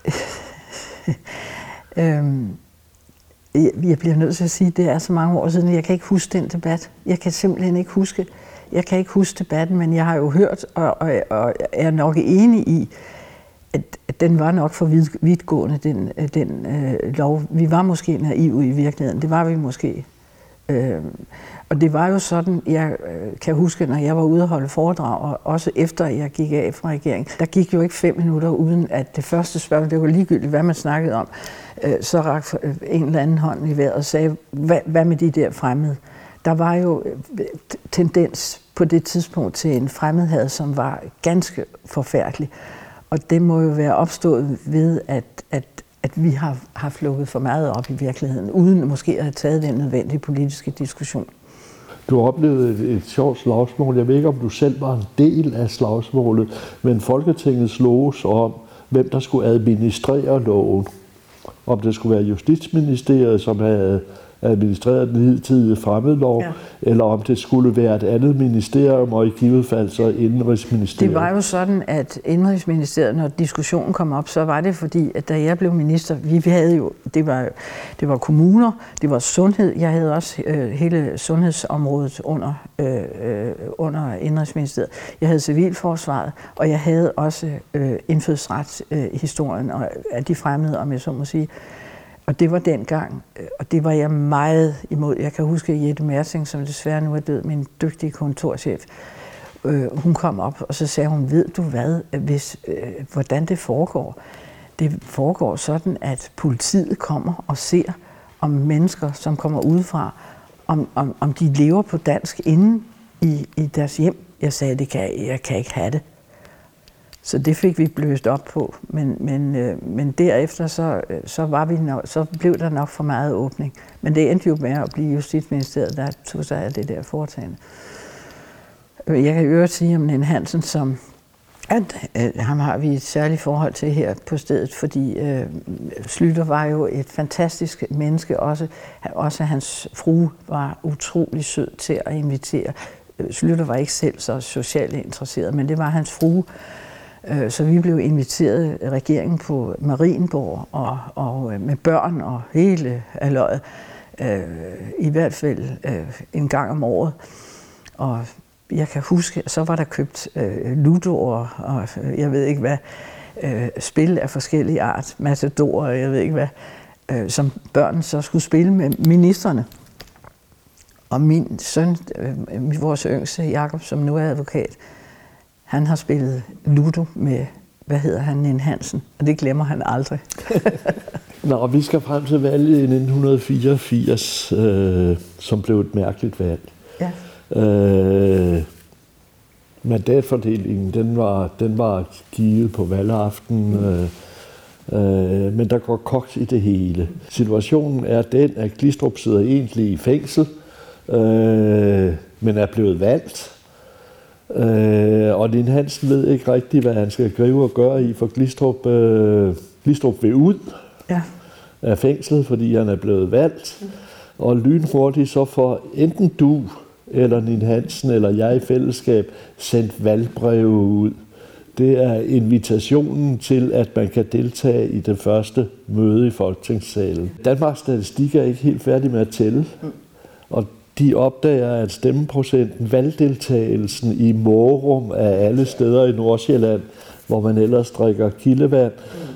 B: Jeg bliver nødt til at sige, at det er så mange år siden, jeg kan ikke huske den debat. Jeg kan simpelthen ikke huske. Jeg kan ikke huske debatten, men jeg har jo hørt og er nok enig i, at den var nok for vidtgående, den lov. Vi var måske naive i virkeligheden. Det var vi måske. Og det var jo sådan, jeg kan huske, når jeg var ude og holde foredrag, og også efter jeg gik af fra regeringen, der gik jo ikke 5 minutter uden, at det første spørgsmål, det var ligegyldigt, hvad man snakkede om, så rak en eller anden hånd i vejret og sagde, hvad med de der fremmede? Der var jo tendens på det tidspunkt til en fremmedhad, som var ganske forfærdelig. Og det må jo være opstået ved, at vi har haft lukket for meget op i virkeligheden, uden måske at have taget den nødvendige politiske diskussion.
A: Du oplevede et sjovt slagsmål. Jeg ved ikke, om du selv var en del af slagsmålet, men Folketinget sloges om, hvem der skulle administrere loven. Om det skulle være Justitsministeriet, som havde administreret den hidtidige fremmedlov, eller om det skulle være et andet ministerium, og i givet fald så Indenrigsministeriet.
B: Det var jo sådan, at Indenrigsministeriet, når diskussionen kom op, så var det fordi, at da jeg blev minister, vi havde jo, det var kommuner, det var sundhed, jeg havde også hele sundhedsområdet under Indenrigsministeriet. Jeg havde civilforsvaret, og jeg havde også indfødsretshistorien af de fremmede, om jeg så må sige. Og det var dengang, og det var jeg meget imod. Jeg kan huske Jette Mersing, som desværre nu er død, min dygtige kontorchef. Hun kom op, og så sagde hun, ved du hvad, hvordan det foregår? Det foregår sådan, at politiet kommer og ser, om mennesker, som kommer udefra, om de lever på dansk inde i deres hjem. Jeg sagde, jeg kan ikke have det. Så det fik vi bløst op på, men derefter så blev der nok for meget åbning. Men det endte jo med at blive Justitsministeriet, der tog sig af det der foretagende. Jeg kan øvrigt sige om Ninn Hansen, som ham har vi et særligt forhold til her på stedet, fordi Schlüter var jo et fantastisk menneske, også hans frue var utrolig sød til at invitere. Schlüter var ikke selv så socialt interesseret, men det var hans frue. Så vi blev inviteret regeringen på Marienborg og med børn og hele aløjet, i hvert fald en gang om året. Og jeg kan huske, så var der købt ludo og jeg ved ikke hvad, spil af forskellige art, matador og jeg ved ikke hvad, som børn så skulle spille med ministerne. Og min søn, vores yngste, Jakob, som nu er advokat, han har spillet ludo med, Ninn Hansen, og det glemmer han aldrig.
A: Nå, vi skal frem til valget i 1984, som blev et mærkeligt valg.
B: Ja.
A: Mandatfordelingen, den var givet på valgaften, men der går koks i det hele. Situationen er den, at Glistrup sidder egentlig i fængsel, men er blevet valgt. Og Ninn Hansen ved ikke rigtigt, hvad han skal gribe og gøre i, for Glistrup vil ud af fængslet, fordi han er blevet valgt. Og lynhurtigt så får enten du eller Ninn Hansen eller jeg i fællesskab sendt valgbreve ud. Det er invitationen til, at man kan deltage i det første møde i Folketingssalen. Danmarks Statistik er ikke helt færdig med at tælle, og de opdager, at stemmeprocenten, valgdeltagelsen i Mårum af alle steder i Nordsjælland, hvor man ellers drikker kildevand,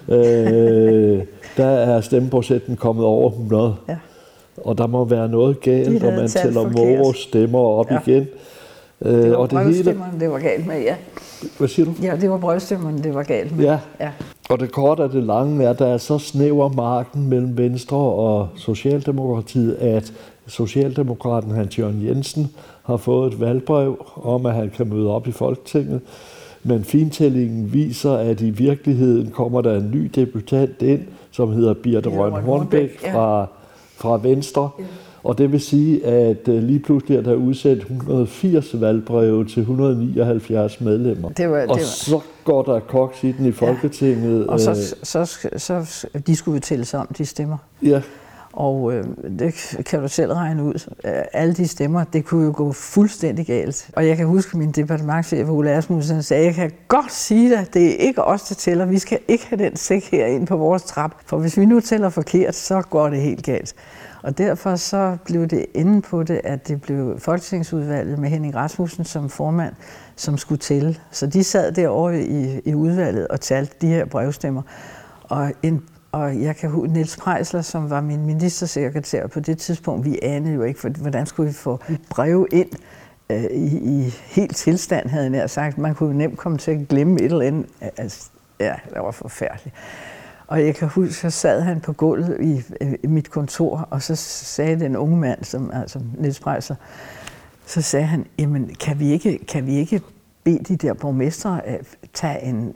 A: der er stemmeprocenten kommet over 100. Ja. Og der må være noget galt, når man tæller Mårums stemmer op igen.
B: Det var brevstemmerne, det var galt med, ja.
A: Hvad siger du?
B: Ja, det var brevstemmerne, det var galt med.
A: Ja. Og det korte af det lange er, at der er så snæver marken mellem Venstre og Socialdemokratiet, at Socialdemokraten Hans Jørgen Jensen har fået et valgbrev om, at han kan møde op i Folketinget. Men fintællingen viser, at i virkeligheden kommer der en ny deputant ind, som hedder Birthe Rønn Hornbech fra Venstre. Ja. Og det vil sige, at lige pludselig er der udsendt 180 valgbreve til 179 medlemmer. Så går der koks i den i Folketinget.
B: Ja. Og så de skulle jo tælles om, de stemmer.
A: Ja.
B: Og det kan du selv regne ud. Alle de stemmer, det kunne jo gå fuldstændig galt. Og jeg kan huske, min departementschef Ole Asmussen sagde, jeg kan godt sige dig, det er ikke os, der tæller. Vi skal ikke have den sæk her ind på vores trap. For hvis vi nu tæller forkert, så går det helt galt. Og derfor så blev det inde på det, at det blev Folketingsudvalget med Henning Rasmussen som formand, som skulle tælle. Så de sad derovre i udvalget og talte de her brevstemmer. Og jeg kan huske Niels Preisler, som var min ministersekretær på det tidspunkt, vi anede jo ikke, hvordan skulle vi få breve ind i helt tilstand, havde jeg nær sagt. Man kunne jo nemt komme til at glemme et eller andet. Altså, ja, det var forfærdeligt. Og jeg kan huske, så sad han på gulvet i mit kontor, og så sagde den unge mand, altså Niels Preisler, så sagde han, jamen kan vi ikke bede de der borgmestre tage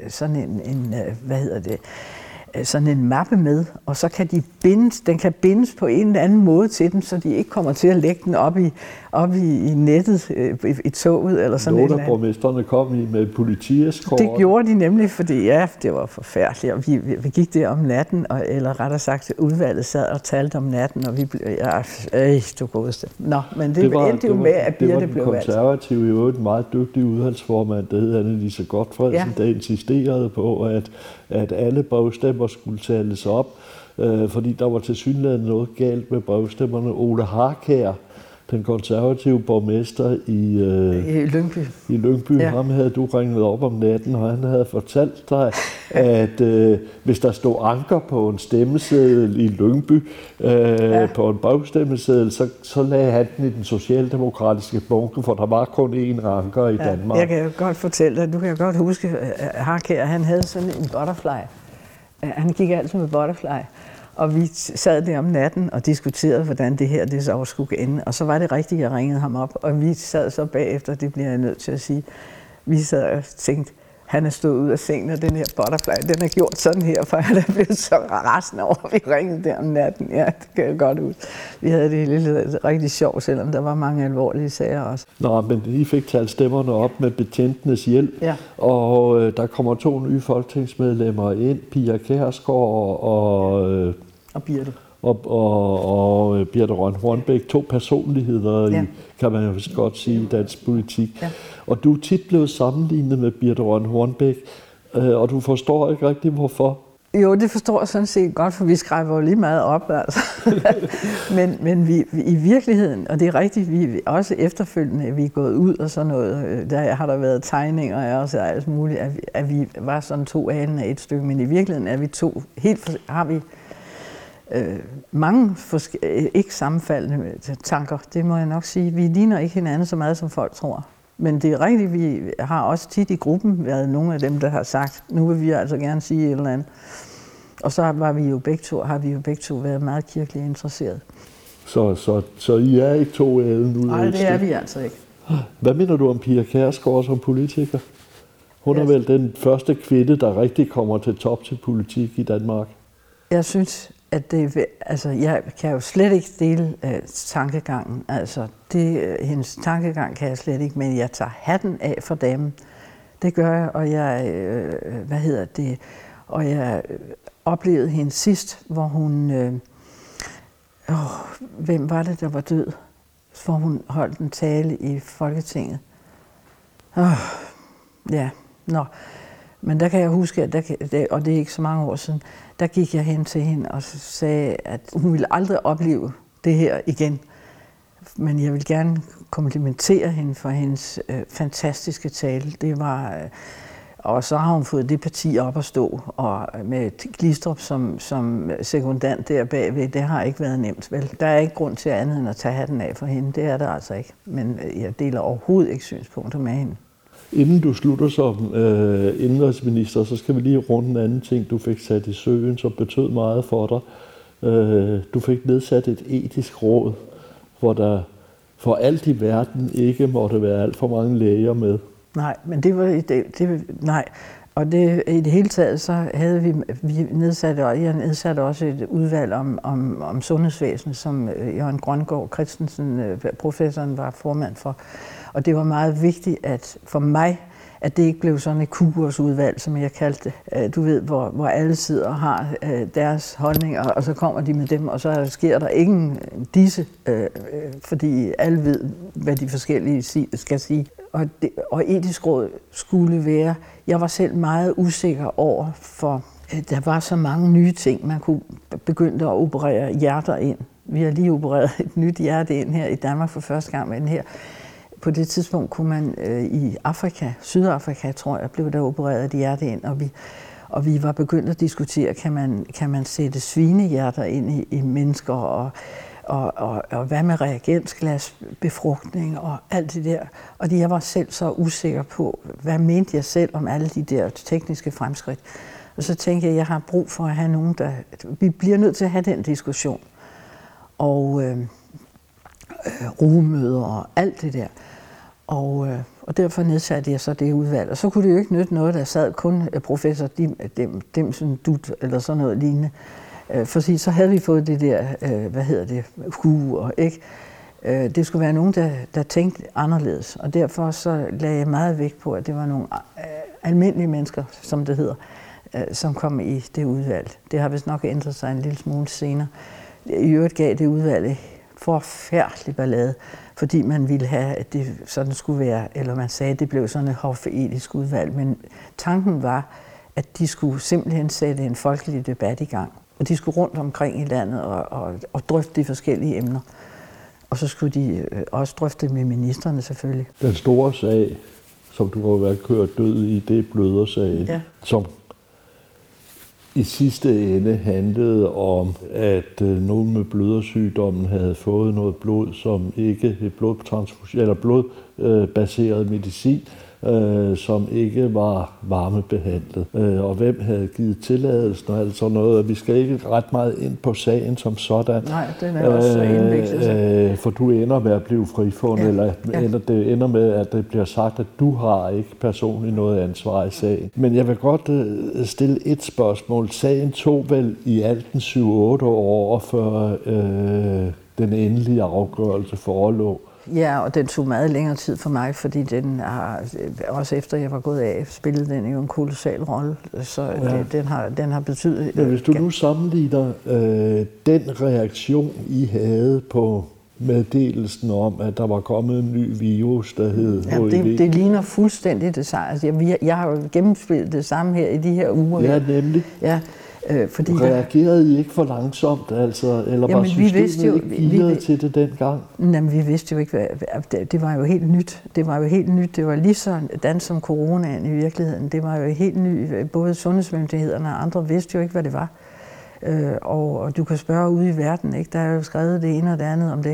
B: sådan en mappe med, og så kan den kan bindes på en eller anden måde til dem, så de ikke kommer til at lægge den op i nettet i toget eller sådan noget.
A: Borgmesterne kom i med politieskort.
B: Det gjorde de nemlig, fordi det var forfærdeligt, og vi gik der om natten, eller rettere sagt, udvalget sad og talte om natten, og vi blev, du godeste. Nå, men det endte jo med, at Birthe blev valgt.
A: Det var den konservative, jo et meget dygtig udvalgsformand, der hed Annelise Gotfredsen, der insisterede på, at alle brevstemmer skulle tales op, fordi der var tilsyneladende noget galt med brevstemmerne. Ole Harkær, den konservative borgmester i Lyngby, ham havde du ringet op om natten, og han havde fortalt dig, at hvis der stod anker på en stemmeseddel i Lyngby, på en brevstemmeseddel, så lagde han den i den socialdemokratiske bunke, for der var kun én anker i Danmark.
B: Jeg kan jo godt fortælle dig, du kan godt huske, at Harkær, han havde sådan en butterfly. Han gik altid med butterfly. Og vi sad der om natten og diskuterede, hvordan det her det så skulle ende. Og så var det rigtigt, jeg ringede ham op, og vi sad så bagefter, det bliver jeg nødt til at sige, vi sad og tænkte, han er stået ud af sengen, og den her butterfly, den er gjort sådan her, for han er blevet så rasende over, at vi ringede der om natten. Ja, det kan jeg godt ud. Vi havde det lidt rigtig sjovt, selvom der var mange alvorlige sager også.
A: Nå, men I fik talt stemmerne op med betjentenes hjælp,
B: ja.
A: Og der kommer 2 nye folketingsmedlemmer ind, Pia Kjærsgaard
B: og Birthe.
A: Og Birthe Rønn Hornbech, 2 personligheder, kan man jo godt sige, i dansk politik. Ja. Og du er tit blevet sammenlignet med Birthe Rønn Hornbech, og du forstår ikke rigtig, hvorfor.
B: Jo, det forstår jeg sådan set godt, for vi skræber jo lige meget op, altså. men vi i virkeligheden, og det er rigtigt, vi også efterfølgende, vi er gået ud og sådan noget, der har der været tegninger af os og alt muligt, at vi var sådan 2 alen af et stykke, men i virkeligheden er vi 2 har vi mange ikke sammenfaldende tanker, det må jeg nok sige. Vi ligner ikke hinanden så meget, som folk tror. Men det er rigtigt, vi har også tit i gruppen været nogle af dem, der har sagt, nu vil vi altså gerne sige et eller andet. Og så har vi jo begge to været meget kirkeligt interesseret.
A: Så I er ikke 2 alen ud?
B: Nej, det er vi altså ikke.
A: Hvad mener du om Pia Kjærsgaard som politiker? Hun er vel den første kvinde, der rigtig kommer til top til politik i Danmark.
B: Jeg synes, at jeg kan jo slet ikke dele tankegangen. Altså, hendes tankegang kan jeg slet ikke, men jeg tager hatten af for damen. Det gør jeg, og jeg oplevede hende sidst, hvor hun... hvem var det, der var død? Hvor hun holdt en tale i Folketinget. Men der kan jeg huske, og det er ikke så mange år siden, der gik jeg hen til hende og sagde, at hun ville aldrig opleve det her igen. Men jeg vil gerne komplimentere hende for hendes fantastiske tale. Det var, og så har hun fået det parti op at stå, og med Glistrup som sekundant der bagved, det har ikke været nemt. Vel, der er ikke grund til andet end at tage hatten af for hende, det er der altså ikke. Men jeg deler overhovedet ikke synspunkter med hende.
A: Inden du slutter som indrigsminister, så skal vi lige runde en anden ting, du fik sat i søen, som betød meget for dig. Du fik nedsat et etisk råd, hvor der for alt i verden ikke måtte være alt for mange læger med. Nej,
B: men det var nej. Og det, i det hele taget, så havde vi nedsatte også et udvalg om sundhedsvæsenet, som Jørgen Grøngaard Christensen, professoren, var formand for. Og det var meget vigtigt for mig, at det ikke blev sådan et kursudvalg, som jeg kaldte det. Du ved, hvor alle sidder og har deres holdninger, og så kommer de med dem, og så sker der ingen disse, fordi alle ved, hvad de forskellige skal sige. Og etisk råd skulle være, jeg var selv meget usikker over, for der var så mange nye ting, man kunne begynde at operere hjerter ind. Vi har lige opereret et nyt hjerte ind her i Danmark for første gang med den her. På det tidspunkt kunne man i Afrika, Sydafrika tror jeg, blev der opereret et hjerte ind, og vi var begyndt at diskutere, kan man sætte svinehjerter ind i mennesker, og hvad med reagensglasbefrugtning og alt det der. Og jeg var selv så usikker på, hvad mente jeg selv om alle de der tekniske fremskridt. Og så tænkte jeg har brug for at have nogen, vi bliver nødt til at have den diskussion. Og rugemøder og alt det der. Og derfor nedsatte jeg så det udvalg. Og så kunne det jo ikke nytte noget, der sad kun professor Dimsen Dut eller sådan noget lignende. For så havde vi fået det der, og ikke? Det skulle være nogen, der tænkte anderledes. Og derfor så lagde jeg meget vægt på, at det var nogle almindelige mennesker, som det hedder, som kom i det udvalg. Det har vist nok ændret sig en lille smule senere. I øvrigt gav det udvalg forfærdelig ballade, fordi man ville have, at det sådan skulle være, eller man sagde, at det blev sådan et hofetisk udvalg. Men tanken var, at de skulle simpelthen sætte en folkelig debat i gang. Og de skulle rundt omkring i landet og drøfte de forskellige emner. Og så skulle de også drøfte med ministerne selvfølgelig.
A: Den store sag, som du har været kørt død i, det er blødersagen, ja. Som i sidste ende handlede om, at nogen med blødersygdommen havde fået noget blod, som ikke blodbaseret medicin, som ikke var varmebehandlet. Og hvem havde givet tilladelsen og alt sådan noget. Vi skal ikke ret meget ind på sagen som sådan.
B: Nej, den er også indviklet.
A: For du ender med at blive frifundet, eller det ender med, at det bliver sagt, at du har ikke personligt noget ansvar i sagen. Men jeg vil godt stille et spørgsmål. Sagen tog vel i alt 7-8 år før den endelige afgørelse forelå.
B: Ja, og den tog meget længere tid for mig, fordi den har, også efter jeg var gået af, spillede den jo en kolossal rolle, så den har betydet...
A: Men hvis du nu sammenligner den reaktion, I havde på meddelelsen om, at der var kommet en ny virus, der hed HIV.
B: Det ligner fuldstændig det samme. Altså, jeg har jo gennemspillet det samme her i de her uger.
A: Ja, nemlig.
B: Ja. Fordi
A: reagerede I ikke for langsomt, altså, eller var systemet ikke gearet til det dengang?
B: Jamen, vi vidste jo ikke, det var jo helt nyt. Det var lige sådan som coronaen i virkeligheden. Det var jo helt nyt. Både sundhedsmyndighederne og andre vidste jo ikke, hvad det var. Og du kan spørge ude i verden, ikke? Der er jo skrevet det ene og det andet om det.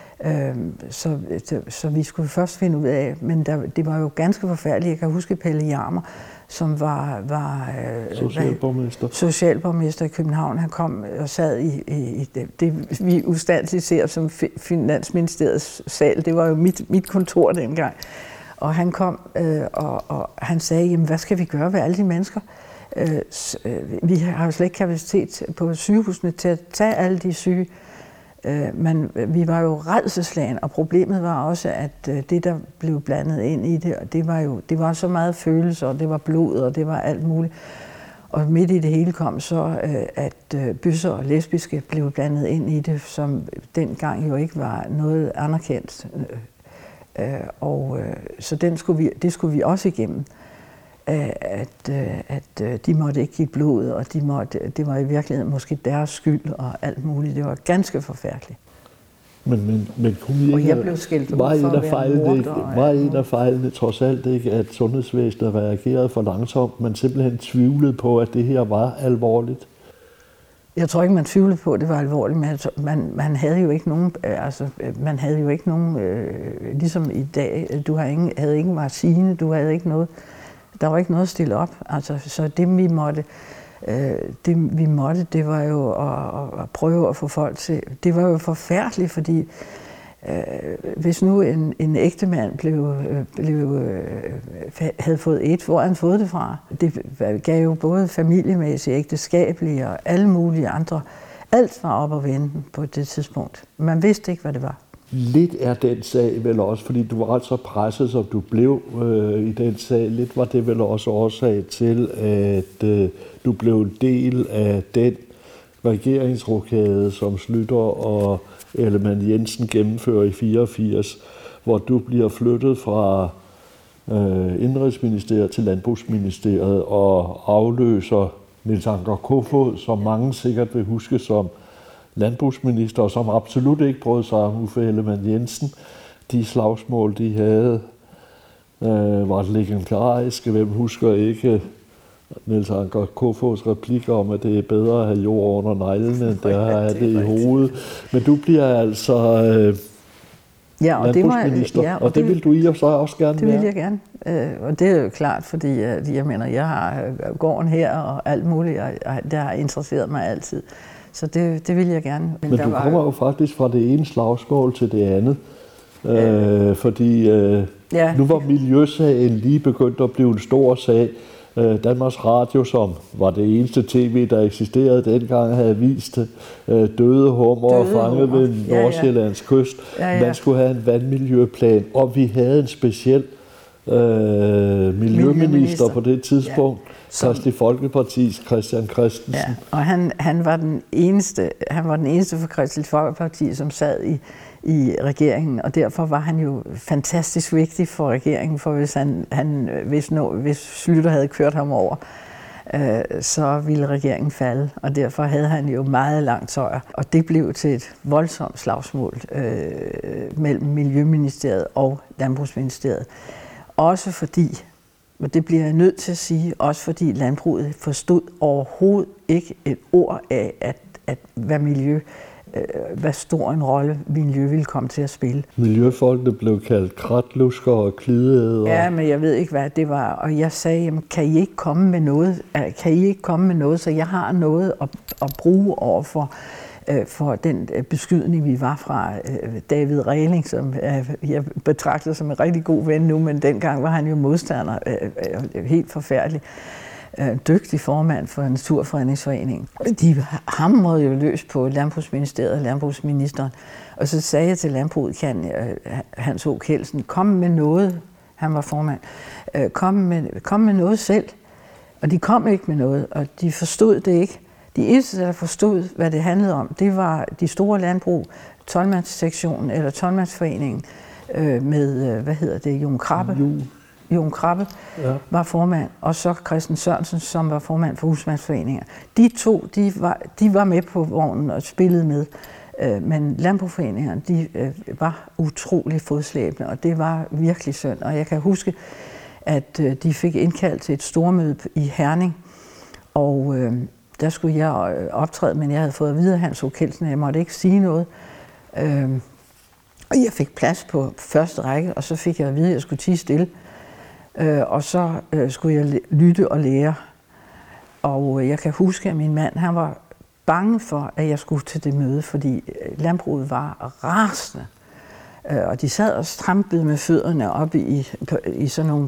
B: Så vi skulle først finde ud af, men det var jo ganske forfærdeligt. Jeg kan huske Pelle Jarmer, som var socialborgmester i København. Han kom og sad i det, vi ustandsligt ser som Finansministeriets sal. Det var jo mit kontor dengang. Og han kom, og han sagde, jamen, hvad skal vi gøre ved alle de mennesker? Vi har jo slet ikke kapacitet på sygehusene til at tage alle de syge. Men vi var jo rædselsslagen, og problemet var også, at det, der blev blandet ind i det, det var så meget følelser, og det var blod, og det var alt muligt. Og midt i det hele kom så, at bøsser og lesbiske blev blandet ind i det, som dengang jo ikke var noget anerkendt. Så det skulle vi også igennem. At de måtte ikke give blod, og det var i virkeligheden måske deres skyld og alt muligt. Det var ganske forfærdeligt.
A: Men kunne I
B: og jeg blev skældt ud for at være morder.
A: Var en af fejlene trods alt ikke, at sundhedsvæsenet reagerede for langsomt, men simpelthen tvivlede på, at det her var alvorligt?
B: Jeg tror ikke, man tvivlede på, at det var alvorligt, men man havde jo ikke nogen, ligesom i dag, havde ingen vaccine, du havde ikke noget. Der var ikke noget at stille op, altså, så det vi måtte, det var jo at prøve at få folk til. Det var jo forfærdeligt, fordi hvis nu en ægtemand havde fået hvor han fået det fra, det gav jo både familiemæssigt, ægteskabelige og alle mulige andre. Alt var op at vende på det tidspunkt. Man vidste ikke, hvad det var.
A: Lidt er den sag vel også, fordi du var ret så presset, som du blev i den sag. Lidt var det vel også årsag til, at du blev en del af den regeringsrokade, som Schlüter og Ellemann-Jensen gennemfører i 84, hvor du bliver flyttet fra Indrigsministeriet til Landbrugsministeriet og afløser Niels Anker Kofoed, som mange sikkert vil huske som landbrugsminister, og som absolut ikke brød sig om Uffe Ellemann-Jensen. De slagsmål, de havde, var legendariske. Hvem husker ikke Niels Anker Kofoeds replikker om, at det er bedre at have jord under neglene, end det at have det i hovedet. Men du bliver altså landbrugsminister, og det vil du i og så også gerne
B: være. Det vil jeg gerne. Og det er jo klart, fordi jeg mener, jeg har gården her og alt muligt, og det har interesseret mig altid. Så det vil jeg gerne.
A: Men du kommer jo faktisk fra det ene slagsmål til det andet. Fordi nu var miljøsagen lige begyndt at blive en stor sag. Danmarks Radio, som var det eneste tv, der eksisterede dengang, havde vist døde hummer fanget ved Nordsjællands kyst. Man skulle have en vandmiljøplan, og vi havde en speciel miljøminister på det tidspunkt. Kristelig Folkepartis Christian Christensen.
B: Ja, og han var den eneste for Kristelig Folkeparti, som sad i regeringen, og derfor var han jo fantastisk vigtig for regeringen, for hvis Schlüter havde kørt ham over, så ville regeringen falde, og derfor havde han jo meget langt tøjer. Og det blev til et voldsomt slagsmål mellem Miljøministeriet og Landbrugsministeriet. Også fordi, og det bliver jeg nødt til at sige, også fordi landbruget forstod overhovedet ikke et ord af, hvad miljø hvad stor en rolle miljø ville komme til at spille.
A: Miljøfolkene blev kaldt kratlusker og klideædere.
B: Ja, men jeg ved ikke, hvad det var. Og jeg sagde, jamen, kan I ikke komme med noget, så jeg har noget at bruge over for den beskydning, vi var fra David Regling, som jeg betragter som en rigtig god ven nu, men dengang var han jo modstander, helt forfærdelig. Dygtig formand for Naturfredningsforeningen. De hamrede jo løs på Landbrugsministeriet og Landbrugsministeren, og så sagde jeg til landbruget, Hans H. Kjeldsen, kom med noget, han var formand, kom med noget selv. Og de kom ikke med noget, og de forstod det ikke. De eneste, der forstod, hvad det handlede om, det var de store landbrug, Toldmandssektionen eller Toldmandsforeningen med, Jon Krabbe. Jon Krabbe var formand, og så Christen Sørensen, som var formand for Husmandsforeninger. De to, de var med på vognen og spillede med, men landbrugforeningerne, de var utrolig fodslæbende, og det var virkelig synd. Og jeg kan huske, at de fik indkaldt til et stormøde i Herning, og der skulle jeg optræde, men jeg havde fået at vide af Hans H. Kjeldsen, at jeg måtte ikke sige noget. Og jeg fik plads på første række, og så fik jeg at vide, at jeg skulle tie stille. Og så skulle jeg lytte og lære. Og jeg kan huske, at min mand, han var bange for, at jeg skulle til det møde, fordi landbruget var rasende. Og de sad og strampede med fødderne op i sådan nogle,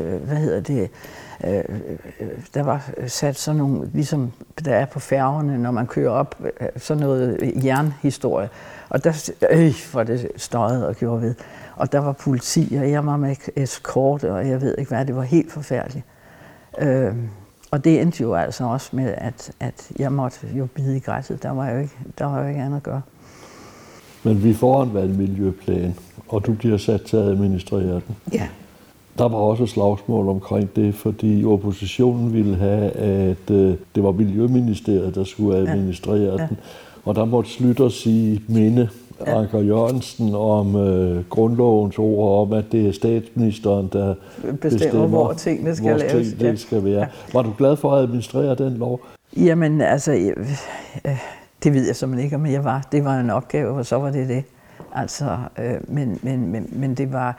B: der var sat sådan nogle, ligesom der er på færgerne, når man kører op, sådan noget jernhistorie. Og der var det støjet og gjorde ved. Og der var politi, og jeg var med eskorte, og jeg ved ikke hvad, det var helt forfærdeligt. Og det endte jo altså også med, at jeg måtte jo bide i græsset. Der var jo ikke andet at gøre.
A: Men vi får en vandmiljøplan, og du bliver sat til at administrere den.
B: Ja.
A: Der var også slagsmål omkring det, fordi oppositionen ville have, at det var Miljøministeriet, der skulle administrere den. Og der måtte Schlüter sige minde Anker Jørgensen om grundlovens ord om, at det er statsministeren, der bestemmer
B: hvor tingene skal laves.
A: Skal være. Ja. Var du glad for at administrere den lov?
B: Jamen altså, det ved jeg simpelthen ikke, om jeg var. Det var en opgave, og så var det. Altså, men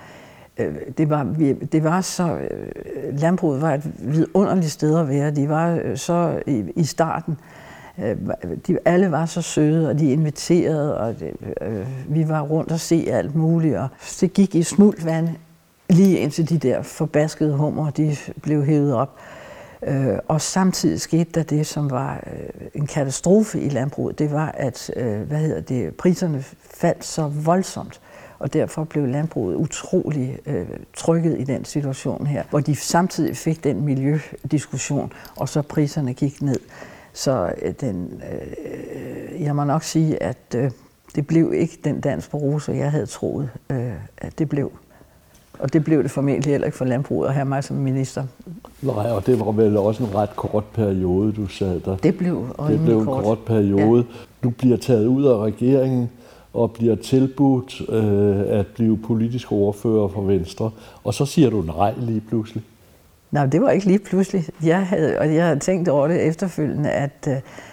B: det var så, landbruget var et vidunderligt sted at være. De var så i starten, alle var så søde, og de inviterede, og vi var rundt og se alt muligt, og det gik i smult vand, lige indtil de der forbaskede hummer, de blev hævet op. Og samtidig skete der det, som var en katastrofe i landbruget, det var, at priserne faldt så voldsomt, og derfor blev landbruget utrolig trykket i den situation her, hvor de samtidig fik den miljødiskussion, og så priserne gik ned. Så jeg må nok sige, at det blev ikke den dans på roser, jeg havde troet, at det blev. Og det blev det formentlig heller ikke for landbruget at have mig som minister.
A: Nej, og det var vel også en ret kort periode, du sad der.
B: Det blev
A: en kort periode. Ja. Du bliver taget ud af regeringen og bliver tilbudt at blive politisk ordfører for Venstre. Og så siger du nej lige pludselig.
B: Nej, det var ikke lige pludselig. Jeg havde tænkt over det efterfølgende, at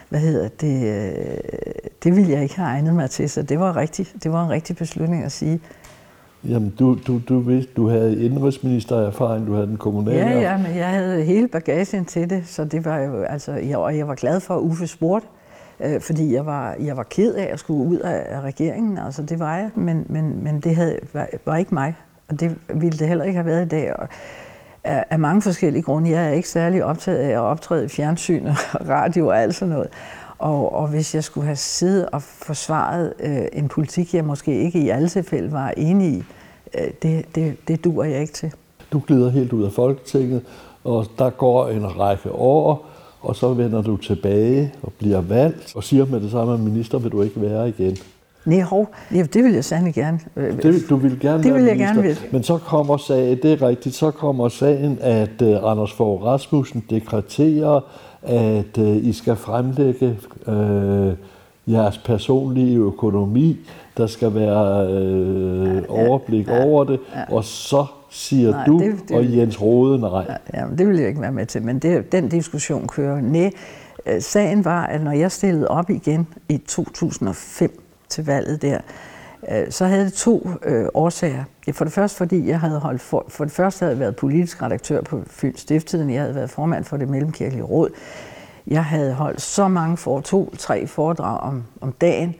B: det ville jeg ikke have egnet mig til, så det var en rigtig beslutning at sige.
A: Jamen, du havde indrigsministererfaring, du havde den kommunale.
B: Ja, men jeg havde hele bagagen til det, så det var jo, altså, jeg var glad for, at Uffe spurgte, fordi jeg var ked af at skulle ud af regeringen, altså det var jeg, men det var ikke mig, og det ville det heller ikke have været i dag. Og af mange forskellige grunde. Jeg er ikke særlig optaget af at optræde i fjernsyn og radio og alt sådan noget. Og hvis jeg skulle have siddet og forsvaret en politik, jeg måske ikke i alle tilfælde var enig i, det duer jeg ikke til.
A: Du glider helt ud af Folketinget, og der går en række år, og så vender du tilbage og bliver valgt, og siger med det samme, at minister vil du ikke være igen.
B: Nej, det vil jeg sandelig gerne.
A: Du vil gerne
B: det
A: være
B: vil jeg
A: minister.
B: gerne.
A: Men så kommer sagen, det er rigtigt, så kommer sagen, at Anders Fogh Rasmussen dekreterer, at I skal fremlægge jeres personlige økonomi, der skal være overblik over det, og så siger du og Jens Rohde nej.
B: Ja, det vil jeg ikke være med til, men den diskussion kører. Nej, sagen var, at når jeg stillede op igen i 2005, til valget der, så havde det 2 årsager. For det første, fordi jeg havde for det første havde jeg været politisk redaktør på Fyns Stiftstidende, jeg havde været formand for det mellemkirkelige råd. Jeg havde holdt så mange 2-3 foredrag om dagen,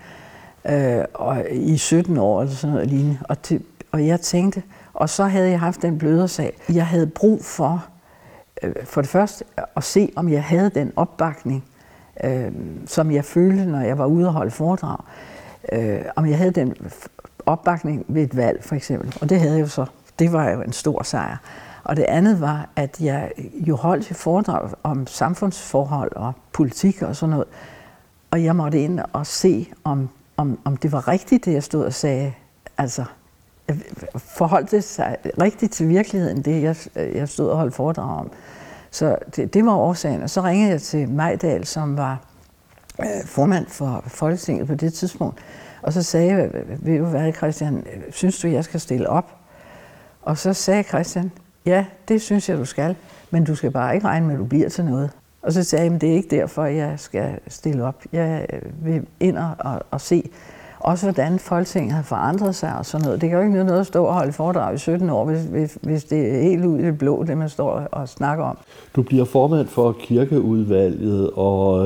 B: og i 17 år eller sådan noget lignende. Og jeg tænkte, og så havde jeg haft den blødersag. Jeg havde brug for det første at se, om jeg havde den opbakning, som jeg følte, når jeg var ude og holde foredrag. Om jeg havde den opbakning ved et valg, for eksempel. Og det havde jeg jo så. Det var jo en stor sejr. Og det andet var, at jeg jo holdt et foredrag om samfundsforhold og politik og sådan noget. Og jeg måtte ind og se, om det var rigtigt, det jeg stod og sagde. Altså, forholdt det sig rigtigt til virkeligheden, det jeg stod og holdt foredrag om. Så det var årsagen. Og så ringede jeg til Mejdal, som var formand for Folketinget på det tidspunkt. Og så sagde jeg, ved du hvad, Christian, synes du, jeg skal stille op? Og så sagde Christian, ja, det synes jeg, du skal, men du skal bare ikke regne med, at du bliver til noget. Og så sagde jeg, det er ikke derfor, jeg skal stille op. Jeg vil ind og se, også hvordan Folketinget har forandret sig og sådan noget. Det kan jo ikke noget at stå og holde foredrag i 17 år, hvis det er helt ud i det blå, det man står og snakker om.
A: Du bliver formand for kirkeudvalget, og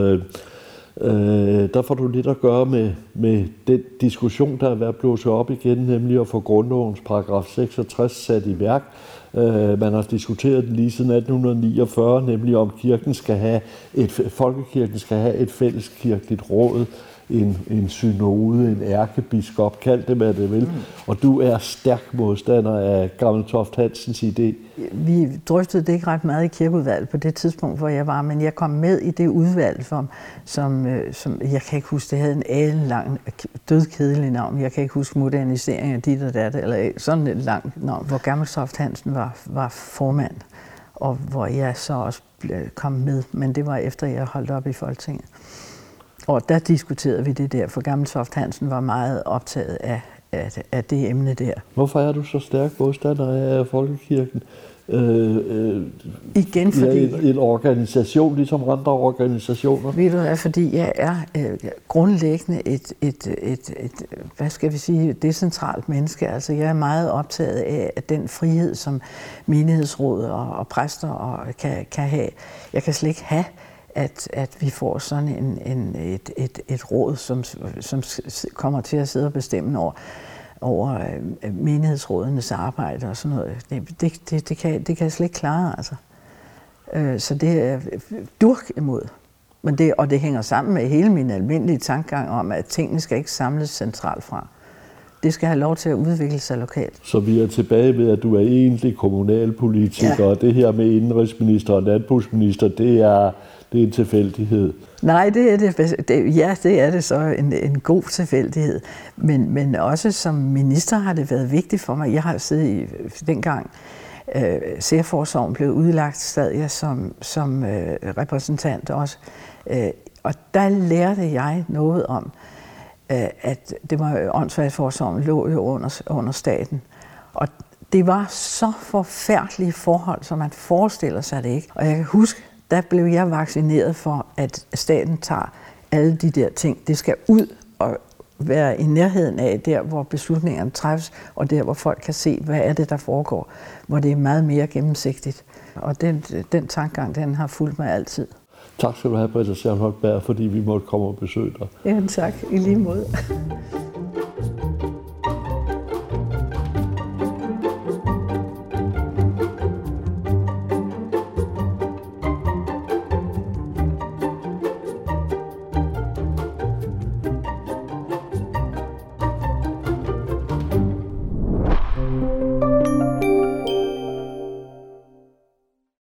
A: der får du lidt at gøre med den diskussion, der er ved at blåse op igen, nemlig at få grundlovens paragraf 66 sat i værk. Man har diskuteret den lige siden 1849, nemlig om folkekirken skal have et fælleskirkeligt råd, en synode, en ærkebiskop, kald det hvad det vil. Og du er stærk modstander af Gammeltoft Hansens idé. Vi
B: drøftede det ikke ret meget i kirkeudvalget på det tidspunkt, hvor jeg var, men jeg kom med i det udvalg, som jeg kan ikke huske, det havde en alenlang, dødkedelig navn. Jeg kan ikke huske modernisering af dit og dat, eller sådan et langt navn, hvor Gammeltoft Hansen var formand, og hvor jeg så også kom med, men det var efter, jeg holdt op i Folketinget. Og der diskuterede vi det der, for Gammeltoft Hansen var meget optaget af det emne der.
A: Hvorfor er du så stærk modstander af folkekirken?
B: Igen fordi...
A: En organisation, ligesom andre organisationer?
B: Ved du hvad, fordi jeg er grundlæggende et hvad skal vi sige, decentralt menneske. Altså jeg er meget optaget af den frihed, som menighedsråd og præster kan have. Jeg kan slet ikke have at vi får sådan et råd, som kommer til at sidde og bestemme over menighedsrådenes arbejde og sådan noget. Det kan jeg slet ikke klare, altså. Så det er durk imod. Men det hænger sammen med hele min almindelige tankegang om, at tingene skal ikke samles centralt fra. Det skal have lov til at udvikle sig lokalt.
A: Så vi er tilbage ved, at du er egentlig kommunalpolitiker, og det her med indenrigsminister og landbrugsminister, det er en tilfældighed.
B: Nej, det er det så en god tilfældighed. Men også som minister har det været vigtigt for mig. Jeg har siddet dengang Særforsorgen blev udlagt, sad jeg som repræsentant også. Og der lærte jeg noget om, at det var åndssvageforsorgen lå jo under staten. Og det var så forfærdelige forhold, som man forestiller sig det ikke. Og jeg kan huske, der blev jeg vaccineret for, at staten tager alle de der ting. Det skal ud og være i nærheden af der, hvor beslutningerne træffes, og der, hvor folk kan se, hvad er det, der foregår, hvor det er meget mere gennemsigtigt. Og den tankegang, den har fulgt mig altid.
A: Tak skal du have, Britta Stjernholdt Berg, fordi vi måtte komme og besøge dig.
B: Ja, tak. I lige måde.